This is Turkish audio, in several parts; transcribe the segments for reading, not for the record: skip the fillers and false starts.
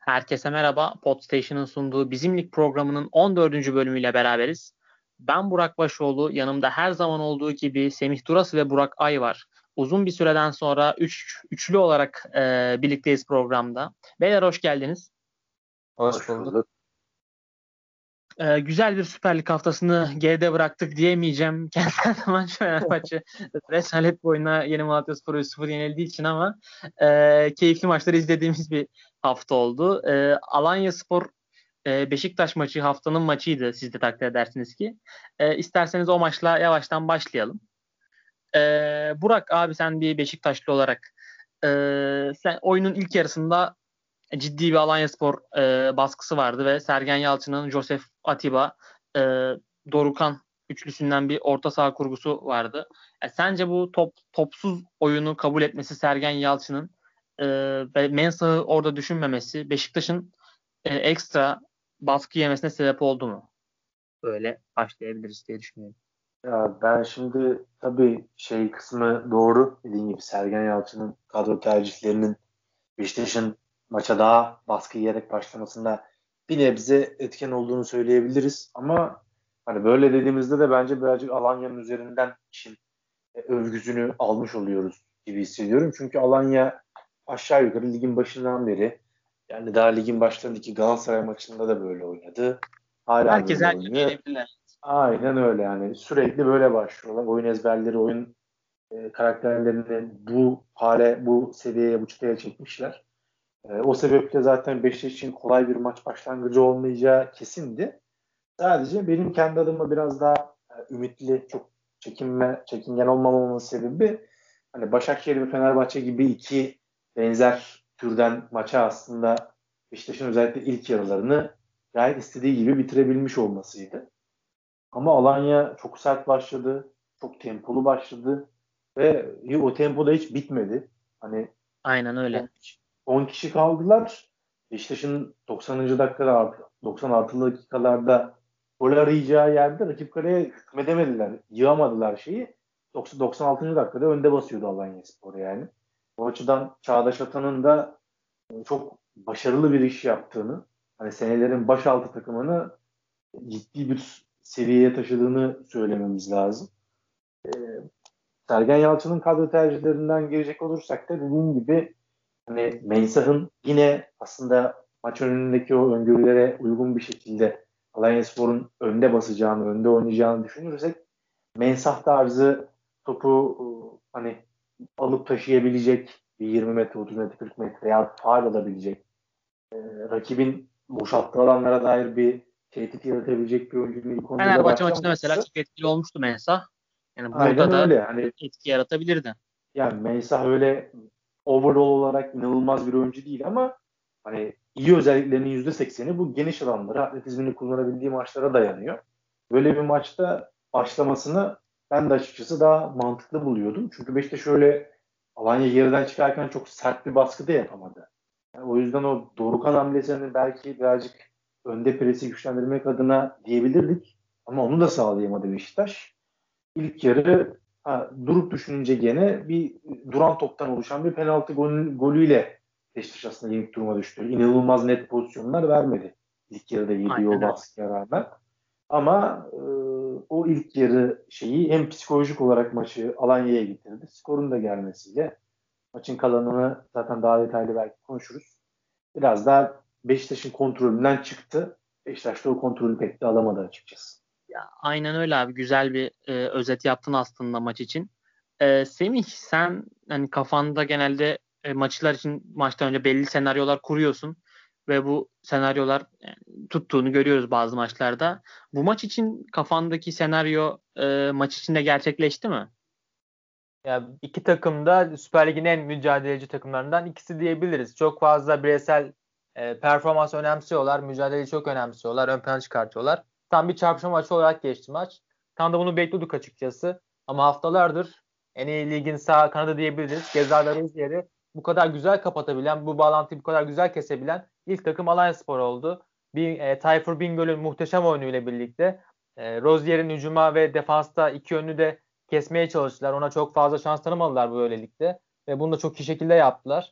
Herkese merhaba. Podstation'ın sunduğu Bizim Lig programının 14. bölümüyle beraberiz. Ben Burak Başoğlu, yanımda her zaman olduğu gibi Semih Duras ve Burak Ay var. Uzun bir süreden sonra üçlü olarak birlikteyiz programda. Beyler hoş geldiniz. Hoş bulduk. Güzel bir Süper Lig haftasını geride bıraktık diyemeyeceğim. Kentsel Fenerbahçe rezalet bir oyuna Yeni Malatyaspor 3-0 yenildiği için ama keyifli maçları izlediğimiz bir hafta oldu. Alanyaspor Beşiktaş maçı haftanın maçıydı, siz de takdir edersiniz ki. İsterseniz o maçla yavaştan başlayalım. Burak abi, sen bir Beşiktaşlı olarak sen oyunun ilk yarısında ciddi bir Alanyaspor baskısı vardı ve Sergen Yalçın'ın Josef Atiba, e, Dorukhan üçlüsünden bir orta saha kurgusu vardı. Sence bu topsuz oyunu kabul etmesi Sergen Yalçın'ın ve Mensah'ı orada düşünmemesi Beşiktaş'ın ekstra baskı yemesine sebep oldu mu? Böyle başlayabiliriz diye düşünüyorum. Ya ben şimdi tabii şey kısmı doğru. Dediğim gibi Sergen Yalçın'ın kadro tercihlerinin Beşiktaş'ın maça daha baskı yiyerek başlamasında bir nebze etken olduğunu söyleyebiliriz. Ama hani böyle dediğimizde de bence birazcık Alanya'nın üzerinden işin övgüsünü almış oluyoruz gibi hissediyorum. Çünkü Alanya aşağı yukarı ligin başından beri, yani daha ligin başlarındaki Galatasaray maçında da böyle oynadı. Hala Herkes böyle her gün oynuyor. yenebilirler. Aynen öyle yani. Sürekli böyle başlıyorlar. Oyun ezberleri, oyun karakterlerini bu hale, bu seviyeye, bu çıtaya çekmişler. O sebeple zaten Beşiktaş için kolay bir maç başlangıcı olmayacağı kesindi. Sadece benim kendi adıma biraz daha ümitli, çok çekingen olmamamın sebebi hani Başakşehir ve Fenerbahçe gibi iki benzer türden maça aslında Beşiktaş'ın özellikle ilk yarılarını gayet istediği gibi bitirebilmiş olmasıydı. Ama Alanya çok sert başladı. Çok tempolu başladı. Ve o tempoda hiç bitmedi. Hani Aynen öyle. 10 kişi kaldılar. Beşiktaş'ın 90. dakikada 96 dakikalarda gol arayacağı yerde rakip kaleye hükmedemediler. Yığamadılar şeyi. 96. dakikada önde basıyordu Alanyaspor yani. O açıdan Çağdaş Atan'ın da çok başarılı bir iş yaptığını, hani senelerin başaltı takımını ciddi bir seviyeye taşıdığını söylememiz lazım. Ee, Sergen Yalçın'ın kadro tercihlerinden girecek olursak da dediğim gibi hani Mensah'ın yine aslında maç önündeki o öngörülere uygun bir şekilde Alanyaspor'un önde basacağını, önde oynayacağını düşünürsek Mensah tarzı topu hani alıp taşıyabilecek bir 20 metre, 30 metre, 40 metre ya faal alabilecek, rakibin boşalttığı alanlara dair bir tehdit yaratabilecek bir oyuncunun ilk 11'de Fenerbahçe maçında mesela başlaması çok etkili olmuştu Mensah. Yani aynen burada da öyle. Hani etki yaratabilirdi. yani Mensah öyle overall olarak inanılmaz bir oyuncu değil ama hani iyi özelliklerinin %80'i bu geniş alanlara, atletizmini kullanabildiği maçlara dayanıyor. Böyle bir maçta başlamasını ben de açıkçası daha mantıklı buluyordum. Çünkü Beşiktaş şöyle Alanya geriden çıkarken çok sert bir baskı da yapamadı. Yani o yüzden o Dorukhan hamlesini belki birazcık önde presi güçlendirmek adına diyebilirdik. Ama onu da sağlayamadı Beşiktaş. İlk yarı durup düşününce gene bir duran toptan oluşan bir penaltı golüyle Beşiktaş aslında yenik duruma düştü. İnanılmaz net pozisyonlar vermedi. İlk yarıda yediği o Aynen öyle. baskıya rağmen. Ama o ilk yarı şeyi hem psikolojik olarak maçı Alanya'ya getirdi. Skorun da gelmesiyle maçın kalanını zaten daha detaylı belki konuşuruz. Biraz daha Beşiktaş'ın kontrolünden çıktı. Beşiktaş da o kontrolü pek de alamadı açıkçası. Ya, aynen öyle abi. Güzel bir özet yaptın aslında maç için. Semih, sen hani kafanda genelde maçlar için maçtan önce belli senaryolar kuruyorsun ve bu senaryolar tuttuğunu görüyoruz bazı maçlarda. Bu maç için kafandaki senaryo maç içinde gerçekleşti mi? Ya iki takım da Süper Lig'in en mücadeleci takımlarından ikisi diyebiliriz. Çok fazla bireysel performans önemsiyorlar. Mücadeleyi çok önemsiyorlar. Ön plana çıkartıyorlar. Tam bir çarpışma maçı olarak geçti maç. Tam da bunu bekliyorduk açıkçası. Ama haftalardır en iyi ligin sağ kanadı diyebiliriz. Gezal Rozier'i bu kadar güzel kapatabilen, bu bağlantıyı bu kadar güzel kesebilen ilk takım Alanyaspor oldu. Tayfur Bingöl'ün muhteşem oyunuyla birlikte Rozier'in hücuma ve defansta iki yönlü de kesmeye çalıştılar. Ona çok fazla şans tanımadılar böylelikle. Ve bunu da çok iyi şekilde yaptılar.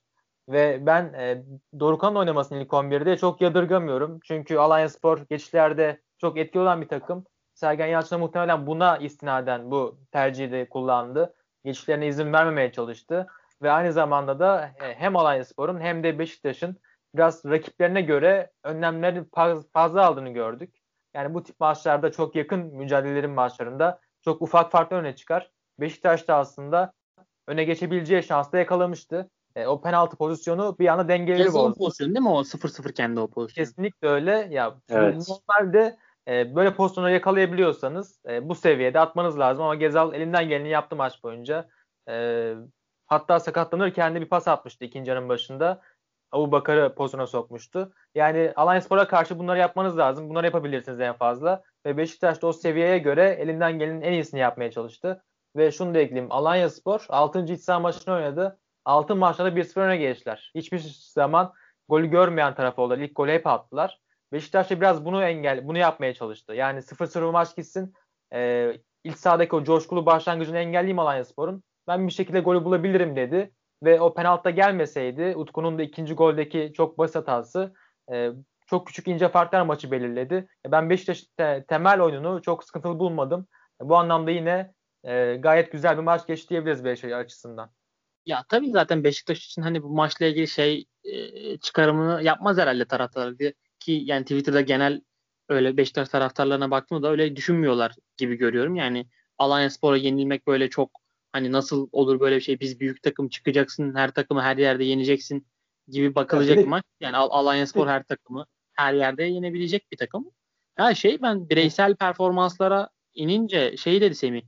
Ve ben Dorukhan'ın oynamasını ilk 11'de çok yadırgamıyorum. Çünkü Alanyaspor geçişlerde çok etkili olan bir takım. Sergen Yalçın muhtemelen buna istinaden bu tercihi de kullandı. Geçişlerine izin vermemeye çalıştı. Ve aynı zamanda da hem Alanyaspor'un hem de Beşiktaş'ın biraz rakiplerine göre önlemleri fazla aldığını gördük. Yani bu tip maçlarda çok yakın mücadelelerin maçlarında çok ufak farklı öne çıkar. Beşiktaş da aslında öne geçebileceği şansta yakalamıştı. O penaltı pozisyonu bir anda dengeleri Gezal'ın bozdu. pozisyonu değil mi o 0-0 kendi o pozisyon? Kesinlikle öyle. Ya Evet. normalde böyle pozisyonları yakalayabiliyorsanız bu seviyede atmanız lazım ama Gezal elinden geleni yaptı maç boyunca. Hatta sakatlanırken de bir pas atmıştı ikinci yarının başında. Abubakar'ı pozisyona sokmuştu. Yani Alanyaspor'a karşı bunları yapmanız lazım. Bunları yapabilirsiniz en fazla. Ve Beşiktaş da o seviyeye göre elinden gelenin en iyisini yapmaya çalıştı. Ve şunu da ekleyeyim. Alanyaspor 6. iç saha maçını oynadı. 6 maçta da 1-0 öne geçtiler. Hiçbir zaman golü görmeyen taraf oldular. İlk golü hep attılar. Beşiktaş da biraz bunu yapmaya çalıştı. Yani 0-0 maç gitsin. İlk sahadaki o coşkulu başlangıcını engelleyeyim Alanyaspor'un. Ben bir şekilde golü bulabilirim dedi. Ve o penaltıda gelmeseydi Utku'nun da ikinci goldeki çok basit hatası çok küçük ince farklar maçı belirledi. Ben Beşiktaş'ın temel oyununu çok sıkıntılı bulmadım. Bu anlamda yine gayet güzel bir maç geçti diyebiliriz Beşiktaş açısından. Ya tabii zaten Beşiktaş için hani bu maçla ilgili çıkarımını yapmaz herhalde taraftarlar ki yani Twitter'da genel öyle Beşiktaş taraftarlarına baktığımda da öyle düşünmüyorlar gibi görüyorum. Yani Alanyaspor'a yenilmek böyle çok hani nasıl olur böyle bir şey, biz büyük takım çıkacaksın, her takımı her yerde yeneceksin gibi Ya bir bakılacak bir de, maç. Yani Alanyaspor her takımı her yerde yenebilecek bir takım. Ya ben bireysel performanslara inince dedi Semih.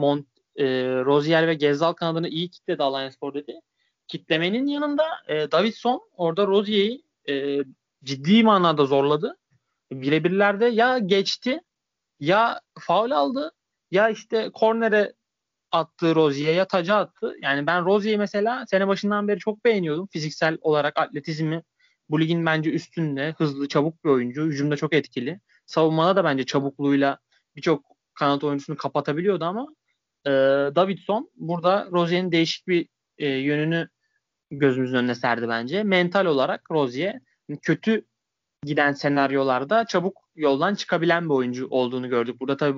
Rozier ve Gezzal kanadını iyi kitledi Alanyaspor dedi. Kitlemenin yanında Davidson orada Rozier'i ciddi manada zorladı. Birebirlerde ya geçti ya faul aldı ya işte kornere attı Rozier'e ya taca attı. Yani ben Rozier'i mesela sene başından beri çok beğeniyordum. Fiziksel olarak atletizmi bu ligin bence üstünde. Hızlı, çabuk bir oyuncu. Hücumda çok etkili. Savunmada da bence çabukluğuyla birçok kanat oyuncusunu kapatabiliyordu ama e, Davidson burada Rozier'in değişik bir yönünü gözümüzün önüne serdi bence. Mental olarak Rozier kötü giden senaryolarda çabuk yoldan çıkabilen bir oyuncu olduğunu gördük. Burada tabii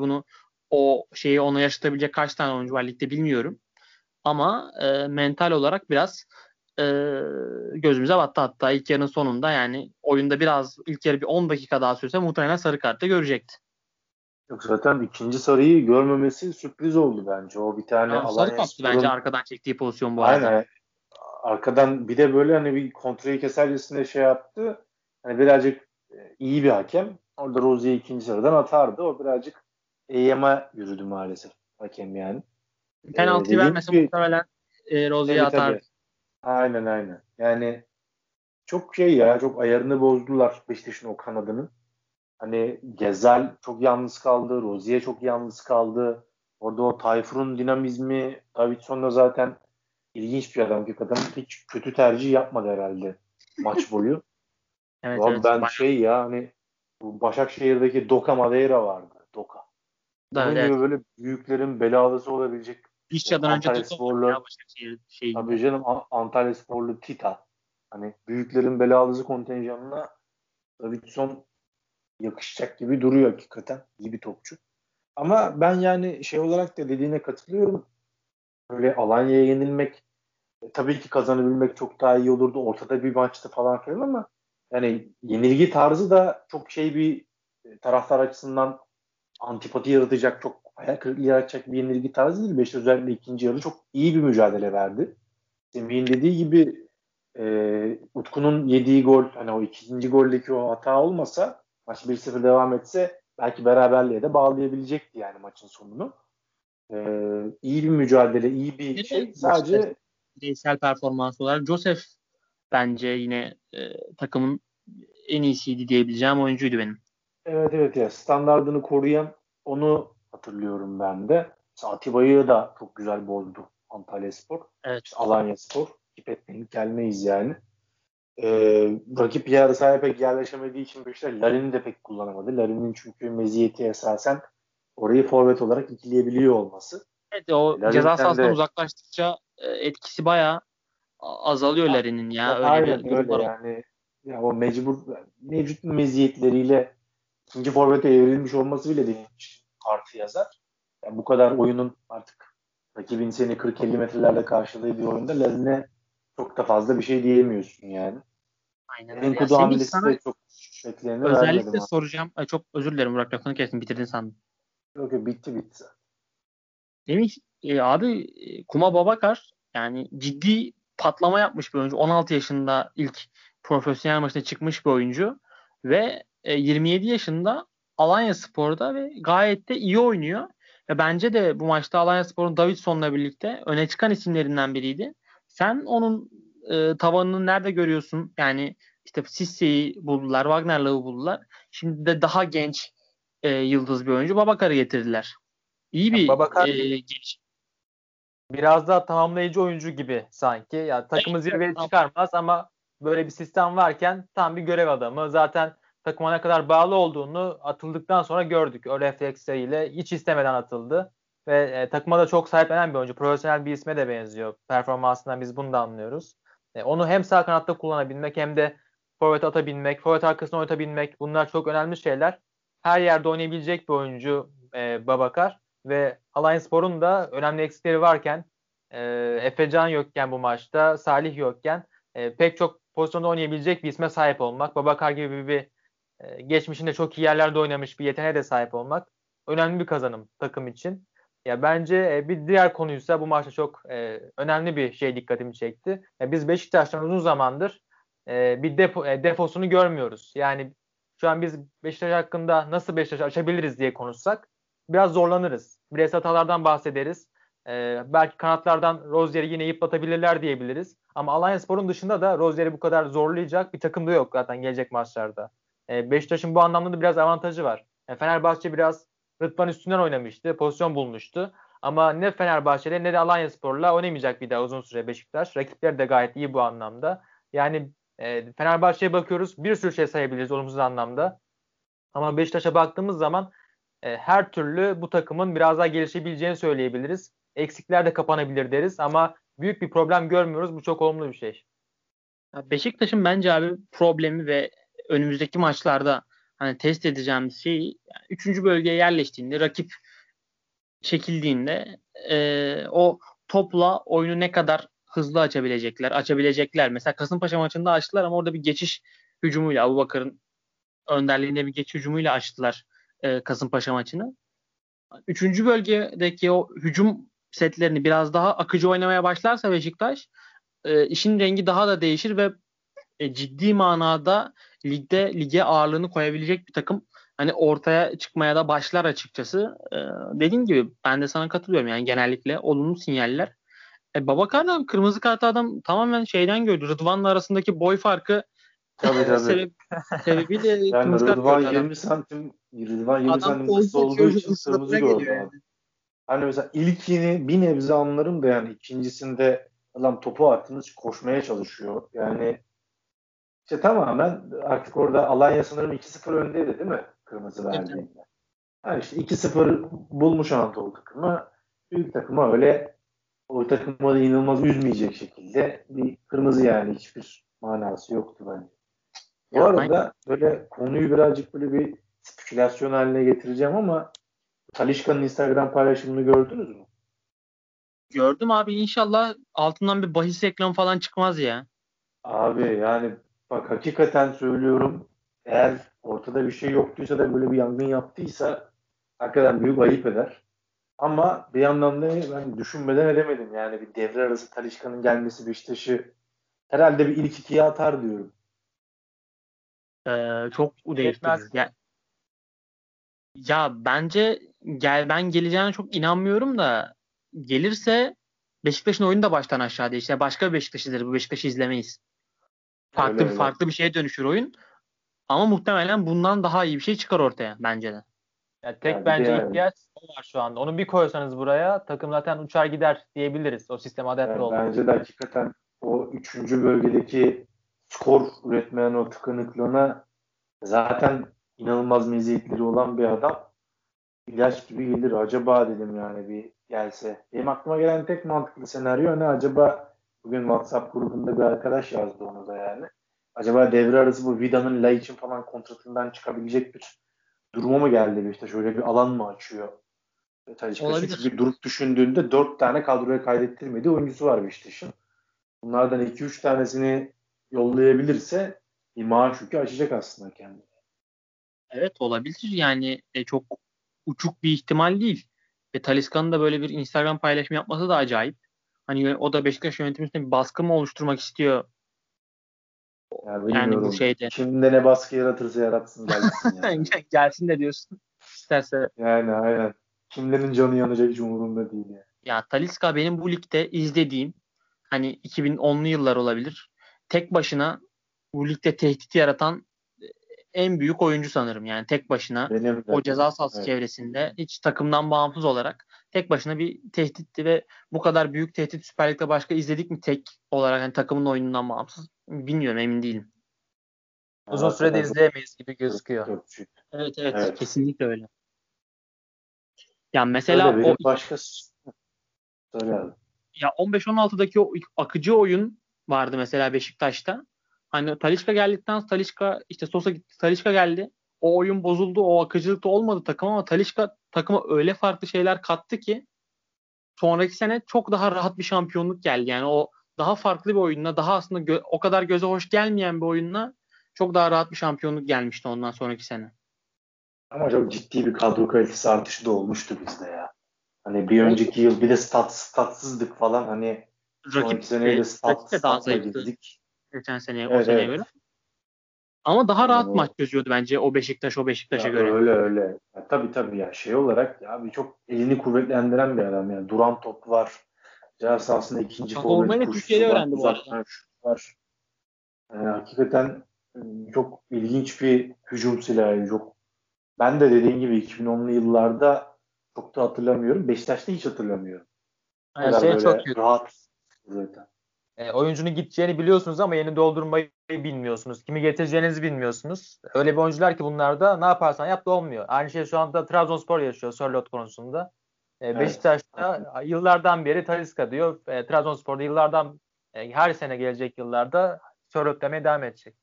o şeyi ona yaşatabilecek kaç tane oyuncu var ligde bilmiyorum. Ama mental olarak biraz e, gözümüze battı. Hatta ilk yarının sonunda yani oyunda biraz ilk yarı bir 10 dakika daha sürse muhtemelen sarı kartı görecekti. yok zaten ikinci sarıyı görmemesi sürpriz oldu bence. O bir tane Tamam, sarı kaptı bence Alanyaspor'un arkadan çektiği pozisyon bu arada. aynen arkadan bir de böyle hani bir kontrayı kesercesine şey yaptı. Hani birazcık iyi bir hakem. Orada Rozier'i ikinci sıradan atardı. O birazcık eyyama yürüdü maalesef hakem yani. Penaltıyı Dediğim vermese gibi muhtemelen Rozier'e tabii tabii. atar. Aynen. Yani çok şey ya çok ayarını bozdular Beşiktaş'ın o kanadının. Hani Gezel çok yalnız kaldı. Rozier çok yalnız kaldı. Orada o Tayfur'un dinamizmi, Davidson da zaten ilginç bir adam. Bir adam hiç kötü tercih yapmadı herhalde maç boyu. Evet, Abi evet. ben şey ya hani bu Başakşehir'deki Doka Madeira vardı. Doka. Evet, Onun gibi evet. böyle büyüklerin belalısı olabilecek işte Vişça'dan önce Doka vardı ya Antalyasporlu Başakşehir şeyinde. tabii canım Antalyasporlu Tita. Hani büyüklerin belalısı kontenjanına Davidson yakışacak gibi duruyor hakikaten. İyi bir topçu. Ama ben yani şey olarak da dediğine katılıyorum. Böyle Alanya'ya yenilmek tabii ki kazanabilmek çok daha iyi olurdu. Ortada bir maçtı falan filan ama yani yenilgi tarzı da çok şey bir taraftar açısından antipati yaratacak, çok hayal kırıklığı yaratacak bir yenilgi tarzı değil. Beşiktaş özellikle ikinci yarı çok iyi bir mücadele verdi. Semih'in dediği gibi Utku'nun yediği gol, hani o ikinci goldeki o hata olmasa maç 1-0 devam etse belki beraberliğe de bağlayabilecekti yani maçın sonunu. İyi bir mücadele, iyi bir Bir de şey. Beşiktaş Sadece bireysel performans olarak Joseph bence yine takımın en iyisiydi diyebileceğim oyuncuydu benim. evet ya standardını koruyan onu hatırlıyorum ben de. Atiba'yı da çok güzel bozdu Antalyaspor. Evet. İşte Alanyaspor. Denk gelmeyiz yani. Rakip yarı sahaya pek yerleşemediği için Beşiktaş Larin'i de pek kullanamadı. Larin'in çünkü meziyeti esasen orayı forvet olarak ikileyebiliyor olması. Evet, o ceza Larin'den sahasından de uzaklaştıkça etkisi bayağı azalıyor Larry'nin ya. Öyle Aynen bir durum öyle var. yani. Ya o mevcut meziyetleriyle ikinci forvete evrilmiş olması bile benim için artı yazar. Yani bu kadar oyunun artık rakibin seni 40-50 metrelerle karşıladığı bir oyunda Larry'ne çok da fazla bir şey diyemiyorsun yani. Aynen öyle. Ya Enkudu Semih, hamlesi sana de çok bekleneni vermedim özellikle abi. soracağım. Ay, çok özür dilerim Burak, lafını kestim, bitirdin sandım. Yok yok, bitti. Semih, abi, Kuma Babakar yani ciddi patlama yapmış bir oyuncu. 16 yaşında ilk profesyonel maçına çıkmış bir oyuncu ve 27 yaşında Alanyaspor'da ve gayet de iyi oynuyor. Ve bence de bu maçta Alanyaspor'un Davidson'la birlikte öne çıkan isimlerinden biriydi. Sen onun tavanını nerede görüyorsun? Yani işte Sisse'yi buldular, Wagner'lığı buldular. Şimdi de daha genç yıldız bir oyuncu Babakar'ı getirdiler. İyi Ya bir Babakar geliş. biraz daha tamamlayıcı oyuncu gibi sanki. Ya takımı zirveye çıkarmaz ama böyle bir sistem varken tam bir görev adamı. Zaten takıma ne kadar bağlı olduğunu atıldıktan sonra gördük. O refleksleriyle hiç istemeden atıldı. Ve takıma da çok sahiplenen bir oyuncu. Profesyonel bir isme de benziyor. Performansından biz bunu da anlıyoruz. Onu hem sağ kanatta kullanabilmek hem de forvet atabilmek, forvet arkasına oynatabilmek, bunlar çok önemli şeyler. Her yerde oynayabilecek bir oyuncu Babakar. Ve Alanyaspor'un da önemli eksikleri varken Efecan yokken bu maçta, Salih yokken pek çok pozisyonda oynayabilecek bir isme sahip olmak, Babakar gibi bir geçmişinde çok iyi yerlerde oynamış bir yeteneğe de sahip olmak önemli bir kazanım takım için. Ya bence bir diğer konuysa bu maçta çok önemli bir şey dikkatimi çekti. Biz Beşiktaş'tan uzun zamandır bir defosunu görmüyoruz. Yani şu an biz Beşiktaş hakkında nasıl Beşiktaş açabiliriz diye konuşsak biraz zorlanırız. Bireysel hatalardan bahsederiz. Belki kanatlardan Rozier'i yine yıpratabilirler diyebiliriz. Ama Alanyaspor'un dışında da Rozier'i bu kadar zorlayacak bir takım da yok zaten gelecek maçlarda. Beşiktaş'ın bu anlamda da biraz avantajı var. Fenerbahçe biraz Rıdvan üstünden oynamıştı. Pozisyon bulmuştu. Ama ne Fenerbahçe'de ne de Alanyaspor'la oynamayacak bir daha uzun süre Beşiktaş. Rakipleri de gayet iyi bu anlamda. Yani Fenerbahçe'ye bakıyoruz. Bir sürü şey sayabiliriz olumsuz anlamda. Ama Beşiktaş'a baktığımız zaman her türlü bu takımın biraz daha gelişebileceğini söyleyebiliriz. Eksikler de kapanabilir deriz ama büyük bir problem görmüyoruz. Bu çok olumlu bir şey. Beşiktaş'ın bence abi problemi ve önümüzdeki maçlarda hani test edeceğimiz şey, yani 3. bölgeye yerleştiğinde, rakip çekildiğinde o topla oyunu ne kadar hızlı açabilecekler. Mesela Kasımpaşa maçında açtılar ama orada bir geçiş hücumuyla, Abubakar'ın önderliğinde bir geçiş hücumuyla açtılar Kasımpaşa maçını. 3. bölgedeki o hücum setlerini biraz daha akıcı oynamaya başlarsa Beşiktaş, işin rengi daha da değişir ve ciddi manada lige ağırlığını koyabilecek bir takım hani ortaya çıkmaya da başlar açıkçası. Dediğim gibi ben de sana katılıyorum, yani genellikle olumlu sinyaller. Babakar da kırmızı kartı adam tamamen şeyden gördü. Rıdvan'la arasındaki boy farkı Tabii. sebebiyle Yani kırmızı kart gördü adam. Rıdvan 20 Adam santim kısa koltuğu olduğu açıyor, için kırmızı suratına gördü geliyor abi. yani. Hani mesela ilkini bir nebze anlarım da yani ikincisinde adam topu attınız koşmaya çalışıyor. Yani işte tamamen artık orada Alanya sanırım 2-0 öndeydi değil mi? Kırmızı Tabii, tabii. verdiğinde. Yani işte 2-0 bulmuş Anadolu takımı. Büyük takıma öyle o takımı da inanılmaz üzmeyecek şekilde bir kırmızı, yani hiçbir manası yoktu bence. Bu Ya, aynen. arada böyle konuyu birazcık böyle bir spekülasyon haline getireceğim ama Talisca'nın Instagram paylaşımını gördünüz mü? Gördüm abi, inşallah altından bir bahis reklamı falan çıkmaz ya. Abi yani bak hakikaten söylüyorum, eğer ortada bir şey yoktuysa da böyle bir yangın yaptıysa hakikaten büyük ayıp eder. Ama bir yandan da ben düşünmeden edemedim. Yani bir devre arası Talisca'nın gelmesi Beşiktaş'ı herhalde bir ilk ikiye atar diyorum. Çok Etmez. değiştirir. Ya bence ben geleceğine çok inanmıyorum da, gelirse Beşiktaş'ın oyunu da baştan aşağı değişir. Yani başka bir Beşiktaş izleriz. Bu Beşiktaş'ı izlemeyiz. Öyle Farklı öyle. farklı bir şeye dönüşür oyun. Ama muhtemelen bundan daha iyi bir şey çıkar ortaya bence de. Yani tek Ya bir de bence yani ihtiyaç o var şu anda. Onu bir koysanız buraya takım zaten uçar gider diyebiliriz o sisteme adapte oldu. bence de hakikaten o üçüncü bölgedeki skor üretmeyen o tıkanıklığına zaten inanılmaz meziyetleri olan bir adam, ilaç gibi gelir. Acaba dedim yani bir gelse. Benim aklıma gelen tek mantıklı senaryo ne acaba, Bugün WhatsApp grubunda bir arkadaş yazdı onu da yani. Acaba devre arası bu Vida'nın Laiç'in falan kontratından çıkabilecek bir duruma mı geldi Beşiktaş? Öyle bir alan mı açıyor? Talisca Olabilir. çünkü durup düşündüğünde 4 tane kadroya kaydettirmediği oyuncusu var Beşiktaş'ın. Bunlardan 2-3 tanesini yollayabilirse bir maaş yükü açacak aslında kendini. Evet, olabilir. Yani çok uçuk bir ihtimal değil. Ve Talisca'nın da böyle bir Instagram paylaşımı yapması da acayip. Hani o da Beşiktaş yönetimi üstünde bir baskı mı oluşturmak istiyor Yani yani bu bilmiyorum. şeyde. Kimde ne baskı yaratırsa yaratsın gelsin yani. Gelsin de diyorsun. İsterse. Yani aynen. Kimlerin canı yanacak hiç umurumda değil yani. Ya Talisca benim bu ligde izlediğim, hani 2010'lu yıllar olabilir, tek başına bu ligde tehdit yaratan en büyük oyuncu sanırım. Yani tek başına Benim de. o ceza sahası Evet. çevresinde hiç takımdan bağımsız olarak tek başına bir tehditti ve bu kadar büyük tehdit Süper Lig'de başka izledik mi tek olarak, hani takımın oyunundan bağımsız? Bilmiyorum, emin değilim. Yani Uzun sürede hakikaten çok izleyemeyiz gibi gözüküyor. çok büyük. Evet, evet, Evet. kesinlikle öyle. Yani Öyle mesela o benim başkası. Söyle abi. ya 15-16'daki o akıcı oyun vardı mesela Beşiktaş'ta. Hani Talisca geldikten sonra Talisca işte Sosa gitti, Talisca geldi. O oyun bozuldu. O akıcılık da olmadı takım, ama Talisca takıma öyle farklı şeyler kattı ki sonraki sene çok daha rahat bir şampiyonluk geldi. Yani o daha farklı bir oyunla, daha aslında o kadar göze hoş gelmeyen bir oyunla çok daha rahat bir şampiyonluk gelmişti ondan sonraki sene. Ama çok ciddi bir kadro kalitesi artışı da olmuştu bizde ya. Hani bir O önceki yıl bir de statsızdık falan. Hani rakip sonraki seneye de rakip de daha statla zayıftı girdik. geçen seneye, o Evet seneye göre. evet. Ama daha Aynen rahat maç o. çözüyordu bence o Beşiktaş, o Beşiktaş'a Ya göre. öyle öyle. Ya, tabii ya şey olarak ya bir çok elini kuvvetlendiren bir adam yani. Duran top var. Ceza sahasında ikinci forvet Savunmayı da Türkiye'de koşusu var. öğrendi bu arada. Uzaktan şut var. Yani hakikaten çok ilginç bir hücum silahı. Çok, ben de dediğin gibi 2010'lu yıllarda çok da hatırlamıyorum. Beşiktaş'ta hiç hatırlamıyorum. Bu Yani kadar şey çok böyle kötü. rahat zaten. Oyuncunun gideceğini biliyorsunuz ama yeni doldurmayı bilmiyorsunuz. Kimi getireceğinizi bilmiyorsunuz. Öyle bir oyuncular ki bunlarda ne yaparsan yap da olmuyor. Aynı şey şu anda Trabzonspor yaşıyor Sörloth konusunda. Evet. Beşiktaş'ta yıllardan beri Talisca diyor. Trabzonspor'da yıllardan her sene gelecek yıllarda Sörloth demeye devam edecek.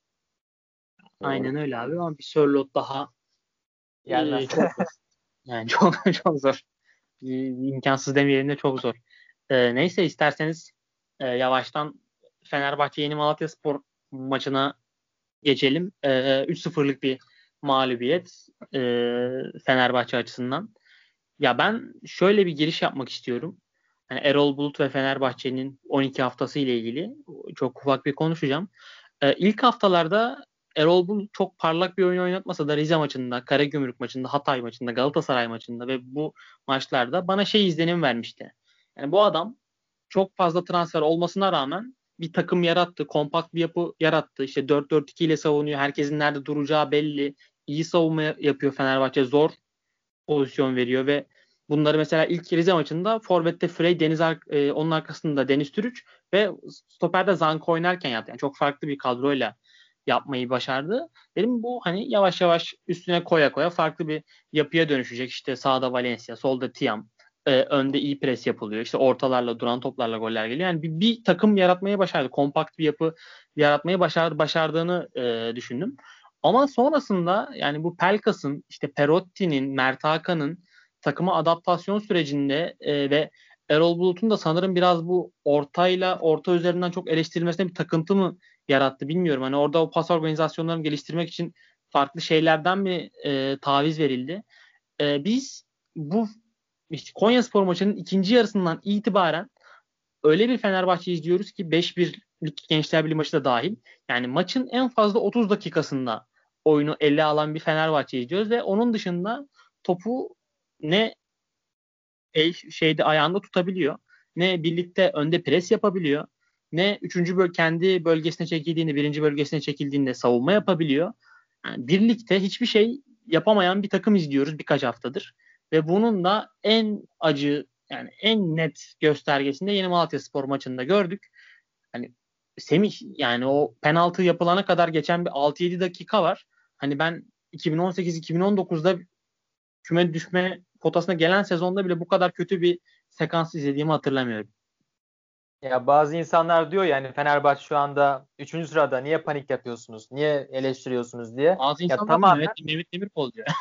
Aynen Doğru. öyle abi, ama bir Sörloth daha Gelmez. çok zor. Yani çok çok zor. İmkansız demeyelim de çok zor. Neyse, isterseniz yavaştan Fenerbahçe Yeni Malatyaspor maçına geçelim. 3-0'lık bir mağlubiyet Fenerbahçe açısından. Ya ben şöyle bir giriş yapmak istiyorum. Yani Erol Bulut ve Fenerbahçe'nin 12 haftası ile ilgili çok ufak bir konuşacağım. İlk haftalarda Erol Bulut çok parlak bir oyun oynatmasa da Rize maçında, Karagümrük maçında, Hatay maçında, Galatasaray maçında ve bu maçlarda bana şey izlenim vermişti. Yani bu adam çok fazla transfer olmasına rağmen bir takım yarattı, kompakt bir yapı yarattı. İşte 4-4-2 ile savunuyor. Herkesin nerede duracağı belli. İyi savunma yapıyor Fenerbahçe. Zor pozisyon veriyor ve bunları mesela ilk Rize maçında forvette Frey, onun arkasında Deniz Türüç ve stoperde Zanko oynarken yaptı. Yani çok farklı bir kadroyla yapmayı başardı. Dedim bu hani yavaş yavaş üstüne koya koya farklı bir yapıya dönüşecek. İşte sağda Valencia, solda Tiam, önde iyi pres yapılıyor. İşte ortalarla, duran toplarla goller geliyor. Yani bir takım yaratmayı başardı. Kompakt bir yapı yaratmayı başardığını düşündüm. Ama sonrasında yani bu Pelkas'ın, işte Perotti'nin, Mert Hakan'ın takıma adaptasyon sürecinde ve Erol Bulut'un da sanırım biraz bu orta üzerinden çok eleştirilmesine bir takıntı mı yarattı bilmiyorum. Hani orada o pas organizasyonlarını geliştirmek için farklı şeylerden mi taviz verildi? Biz bu işte Konyaspor maçının ikinci yarısından itibaren öyle bir Fenerbahçe izliyoruz ki 5-1'lik Gençler Birliği maçı da dahil. Yani maçın en fazla 30 dakikasında oyunu ele alan bir Fenerbahçe izliyoruz ve onun dışında topu ne şeyde ayağında tutabiliyor, ne birlikte önde pres yapabiliyor, ne kendi bölgesine çekildiğinde, birinci bölgesine çekildiğinde savunma yapabiliyor. Yani birlikte hiçbir şey yapamayan bir takım izliyoruz birkaç haftadır. Ve bunun da en acı, yani en net göstergesinde Yeni Malatyaspor maçında gördük. Hani Semih, yani o penaltı yapılana kadar geçen bir 6-7 dakika var. Hani ben 2018-2019'da küme düşme potasına gelen sezonda bile bu kadar kötü bir sekans izlediğimi hatırlamıyorum. Ya bazı insanlar diyor yani Fenerbahçe şu anda 3. sırada, niye panik yapıyorsunuz? Niye eleştiriyorsunuz diye. Bazı Ya insanlar da tamamen Mehmet Demirkol diyor.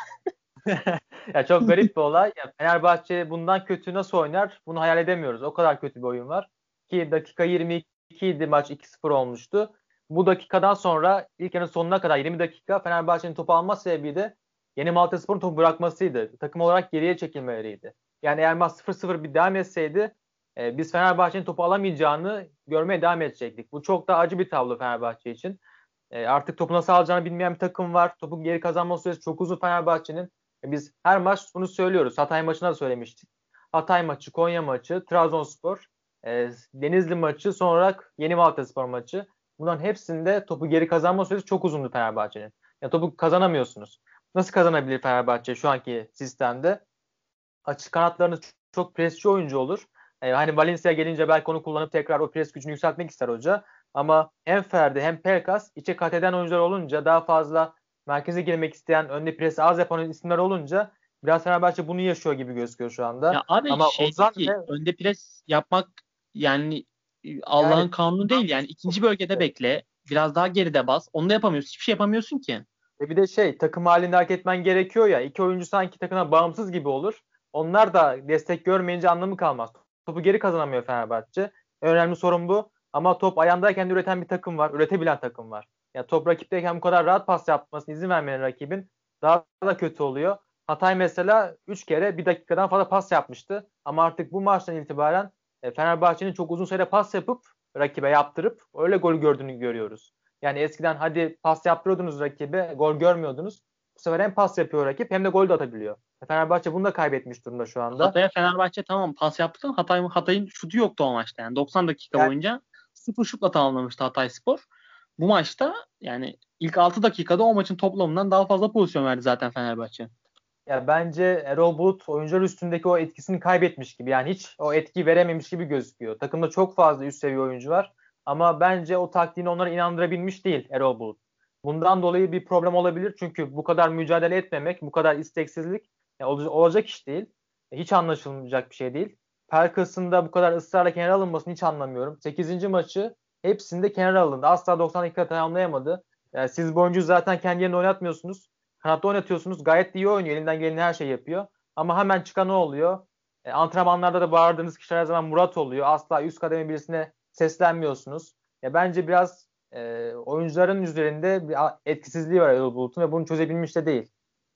ya çok garip bir olay. Ya Fenerbahçe bundan kötü nasıl oynar? Bunu hayal edemiyoruz. O kadar kötü bir oyun var. Ki dakika 22 idi, maç 2-0 olmuştu. Bu dakikadan sonra ilk yarının sonuna kadar 20 dakika Fenerbahçe'nin topu alma sebebi de Yeni Malatyaspor'un topu bırakmasıydı. Takım olarak geriye çekilmeleriydi. Yani eğer maç 0-0 bir devam etseydi biz Fenerbahçe'nin topu alamayacağını görmeye devam edecektik. Bu çok da acı bir tablo Fenerbahçe için. Artık topu nasıl alacağını bilmeyen bir takım var. Topun geri kazanma süresi çok uzun Fenerbahçe'nin. Biz her maç bunu söylüyoruz. Hatay maçında da söylemiştik. Hatay maçı, Konya maçı, Trabzonspor, Denizli maçı, sonra Yeni Malatyaspor maçı. Bunların hepsinde topu geri kazanma süresi çok uzundu Fenerbahçe'nin. Ya topu kazanamıyorsunuz. Nasıl kazanabilir Fenerbahçe şu anki sistemde? Açık kanatlarınız çok presçi oyuncu olur. Hani Valencia gelince belki onu kullanıp tekrar o pres gücünü yükseltmek ister hoca. Ama hem Ferdi hem Pelkas içe kat eden oyuncular olunca, daha fazla merkeze girmek isteyen, önde presi az yapan isimler olunca biraz Fenerbahçe bunu yaşıyor gibi gözüküyor şu anda. Ya abi Ama şey Ozan ki ve önde pres yapmak yani yani Allah'ın kanunu değil. Yani ikinci bölgede bekle. Biraz daha geride bas. Onu da yapamıyorsun. Hiçbir şey yapamıyorsun ki. bir de takım halinde hareket etmen gerekiyor ya. İki oyuncu sanki takımdan bağımsız gibi olur. Onlar da destek görmeyince anlamı kalmaz. Topu geri kazanamıyor Fenerbahçe. En önemli sorun bu. Ama top ayağındayken de üreten bir takım var. Üretebilen takım var. Ya top rakipteyken bu kadar rahat pas yapmasına izin vermeyen rakibin daha da kötü oluyor. Hatay mesela 3 kere bir dakikadan fazla pas yapmıştı. Ama artık bu maçtan itibaren Fenerbahçe'nin çok uzun süre pas yapıp rakibe yaptırıp öyle gol gördüğünü görüyoruz. Yani eskiden hadi pas yaptırıyordunuz rakibe, gol görmüyordunuz. Bu sefer hem pas yapıyor rakip hem de gol de atabiliyor. Fenerbahçe bunu da kaybetmiş durumda şu anda. Hatay'a Fenerbahçe tamam pas yaptı ama Hatay'ın şutu yoktu o maçta. Yani 90 dakika Yani boyunca 0 şutla tamamlamıştı Hatayspor. Bu maçta yani ilk 6 dakikada o maçın toplamından daha fazla pozisyon verdi zaten Fenerbahçe. ya bence Erol Bulut oyuncular üstündeki o etkisini kaybetmiş gibi. Yani hiç o etki verememiş gibi gözüküyor. Takımda çok fazla üst seviye oyuncu var. Ama bence o taktiğini onlara inandırabilmiş değil Erol Bulut. Bundan dolayı bir problem olabilir. Çünkü bu kadar mücadele etmemek, bu kadar isteksizlik olacak iş değil. Hiç anlaşılmayacak bir şey değil. Pelkas'ın da bu kadar ısrarla kenara alınmasını hiç anlamıyorum. 8. maçı hepsinde kenara alındı. Asla 90 dakika tamamlayamadı. Yani siz bu oyuncuyu zaten kendi yerine oynatmıyorsunuz. Kanatta oynatıyorsunuz. Gayet de iyi oynuyor. Elinden gelen her şeyi yapıyor. Ama hemen çıkan ne oluyor? Antrenmanlarda da bağırdığınız kişiler her zaman Murat oluyor. Asla üst kademe birisine seslenmiyorsunuz. Bence biraz oyuncuların üzerinde bir etkisizliği var Erol Bulut'un ve bunu çözebilmiş de değil.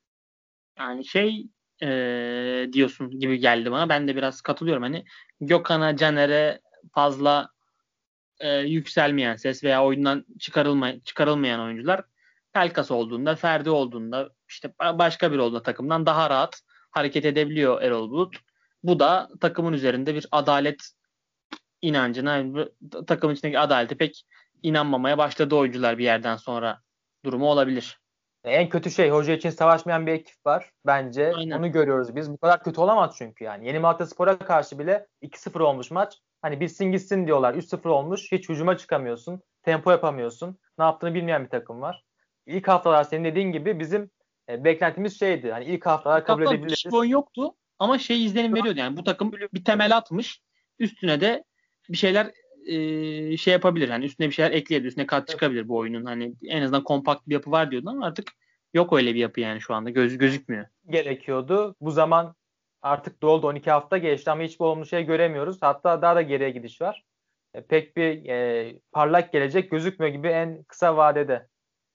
Yani diyorsun gibi geldi bana. Ben de biraz katılıyorum. Hani Gökhan'a, Caner'e fazla yükselmeyen ses veya oyundan çıkarılmayan oyuncular Pelkas olduğunda, Ferdi olduğunda, işte başka biri olduğunda takımdan daha rahat hareket edebiliyor Erol Bulut. Bu da takımın üzerinde bir adalet inancına, takımın içindeki adalete pek inanmamaya başladı oyuncular bir yerden sonra durumu olabilir. En kötü hoca için savaşmayan bir ekip var bence. Aynen. Onu görüyoruz biz. Bu kadar kötü olamaz çünkü yani. Yeni Malatyaspor'a karşı bile 2-0 olmuş maç. Hani bitsin gitsin diyorlar. 3-0 olmuş. Hiç hücuma çıkamıyorsun. Tempo yapamıyorsun. Ne yaptığını bilmeyen bir takım var. İlk haftalar senin dediğin gibi bizim beklentimiz şeydi. Hani ilk haftalar kabul Kaptan müthiş bir edebiliriz. oyun yoktu ama izlenim veriyordu. Yani bu takım bir temel atmış. Üstüne de bir şeyler yapabilir. Yani üstüne bir şeyler ekleyebilir. Üstüne kat çıkabilir bu oyunun. Hani en azından kompakt bir yapı var diyordun ama artık yok öyle bir yapı yani şu anda. Gözükmüyor. Gerekiyordu. Bu zaman artık doldu. 12 hafta geçti ama hiçbir olumlu şey göremiyoruz. Hatta daha da geriye gidiş var. Pek bir parlak gelecek gözükmüyor gibi en kısa vadede.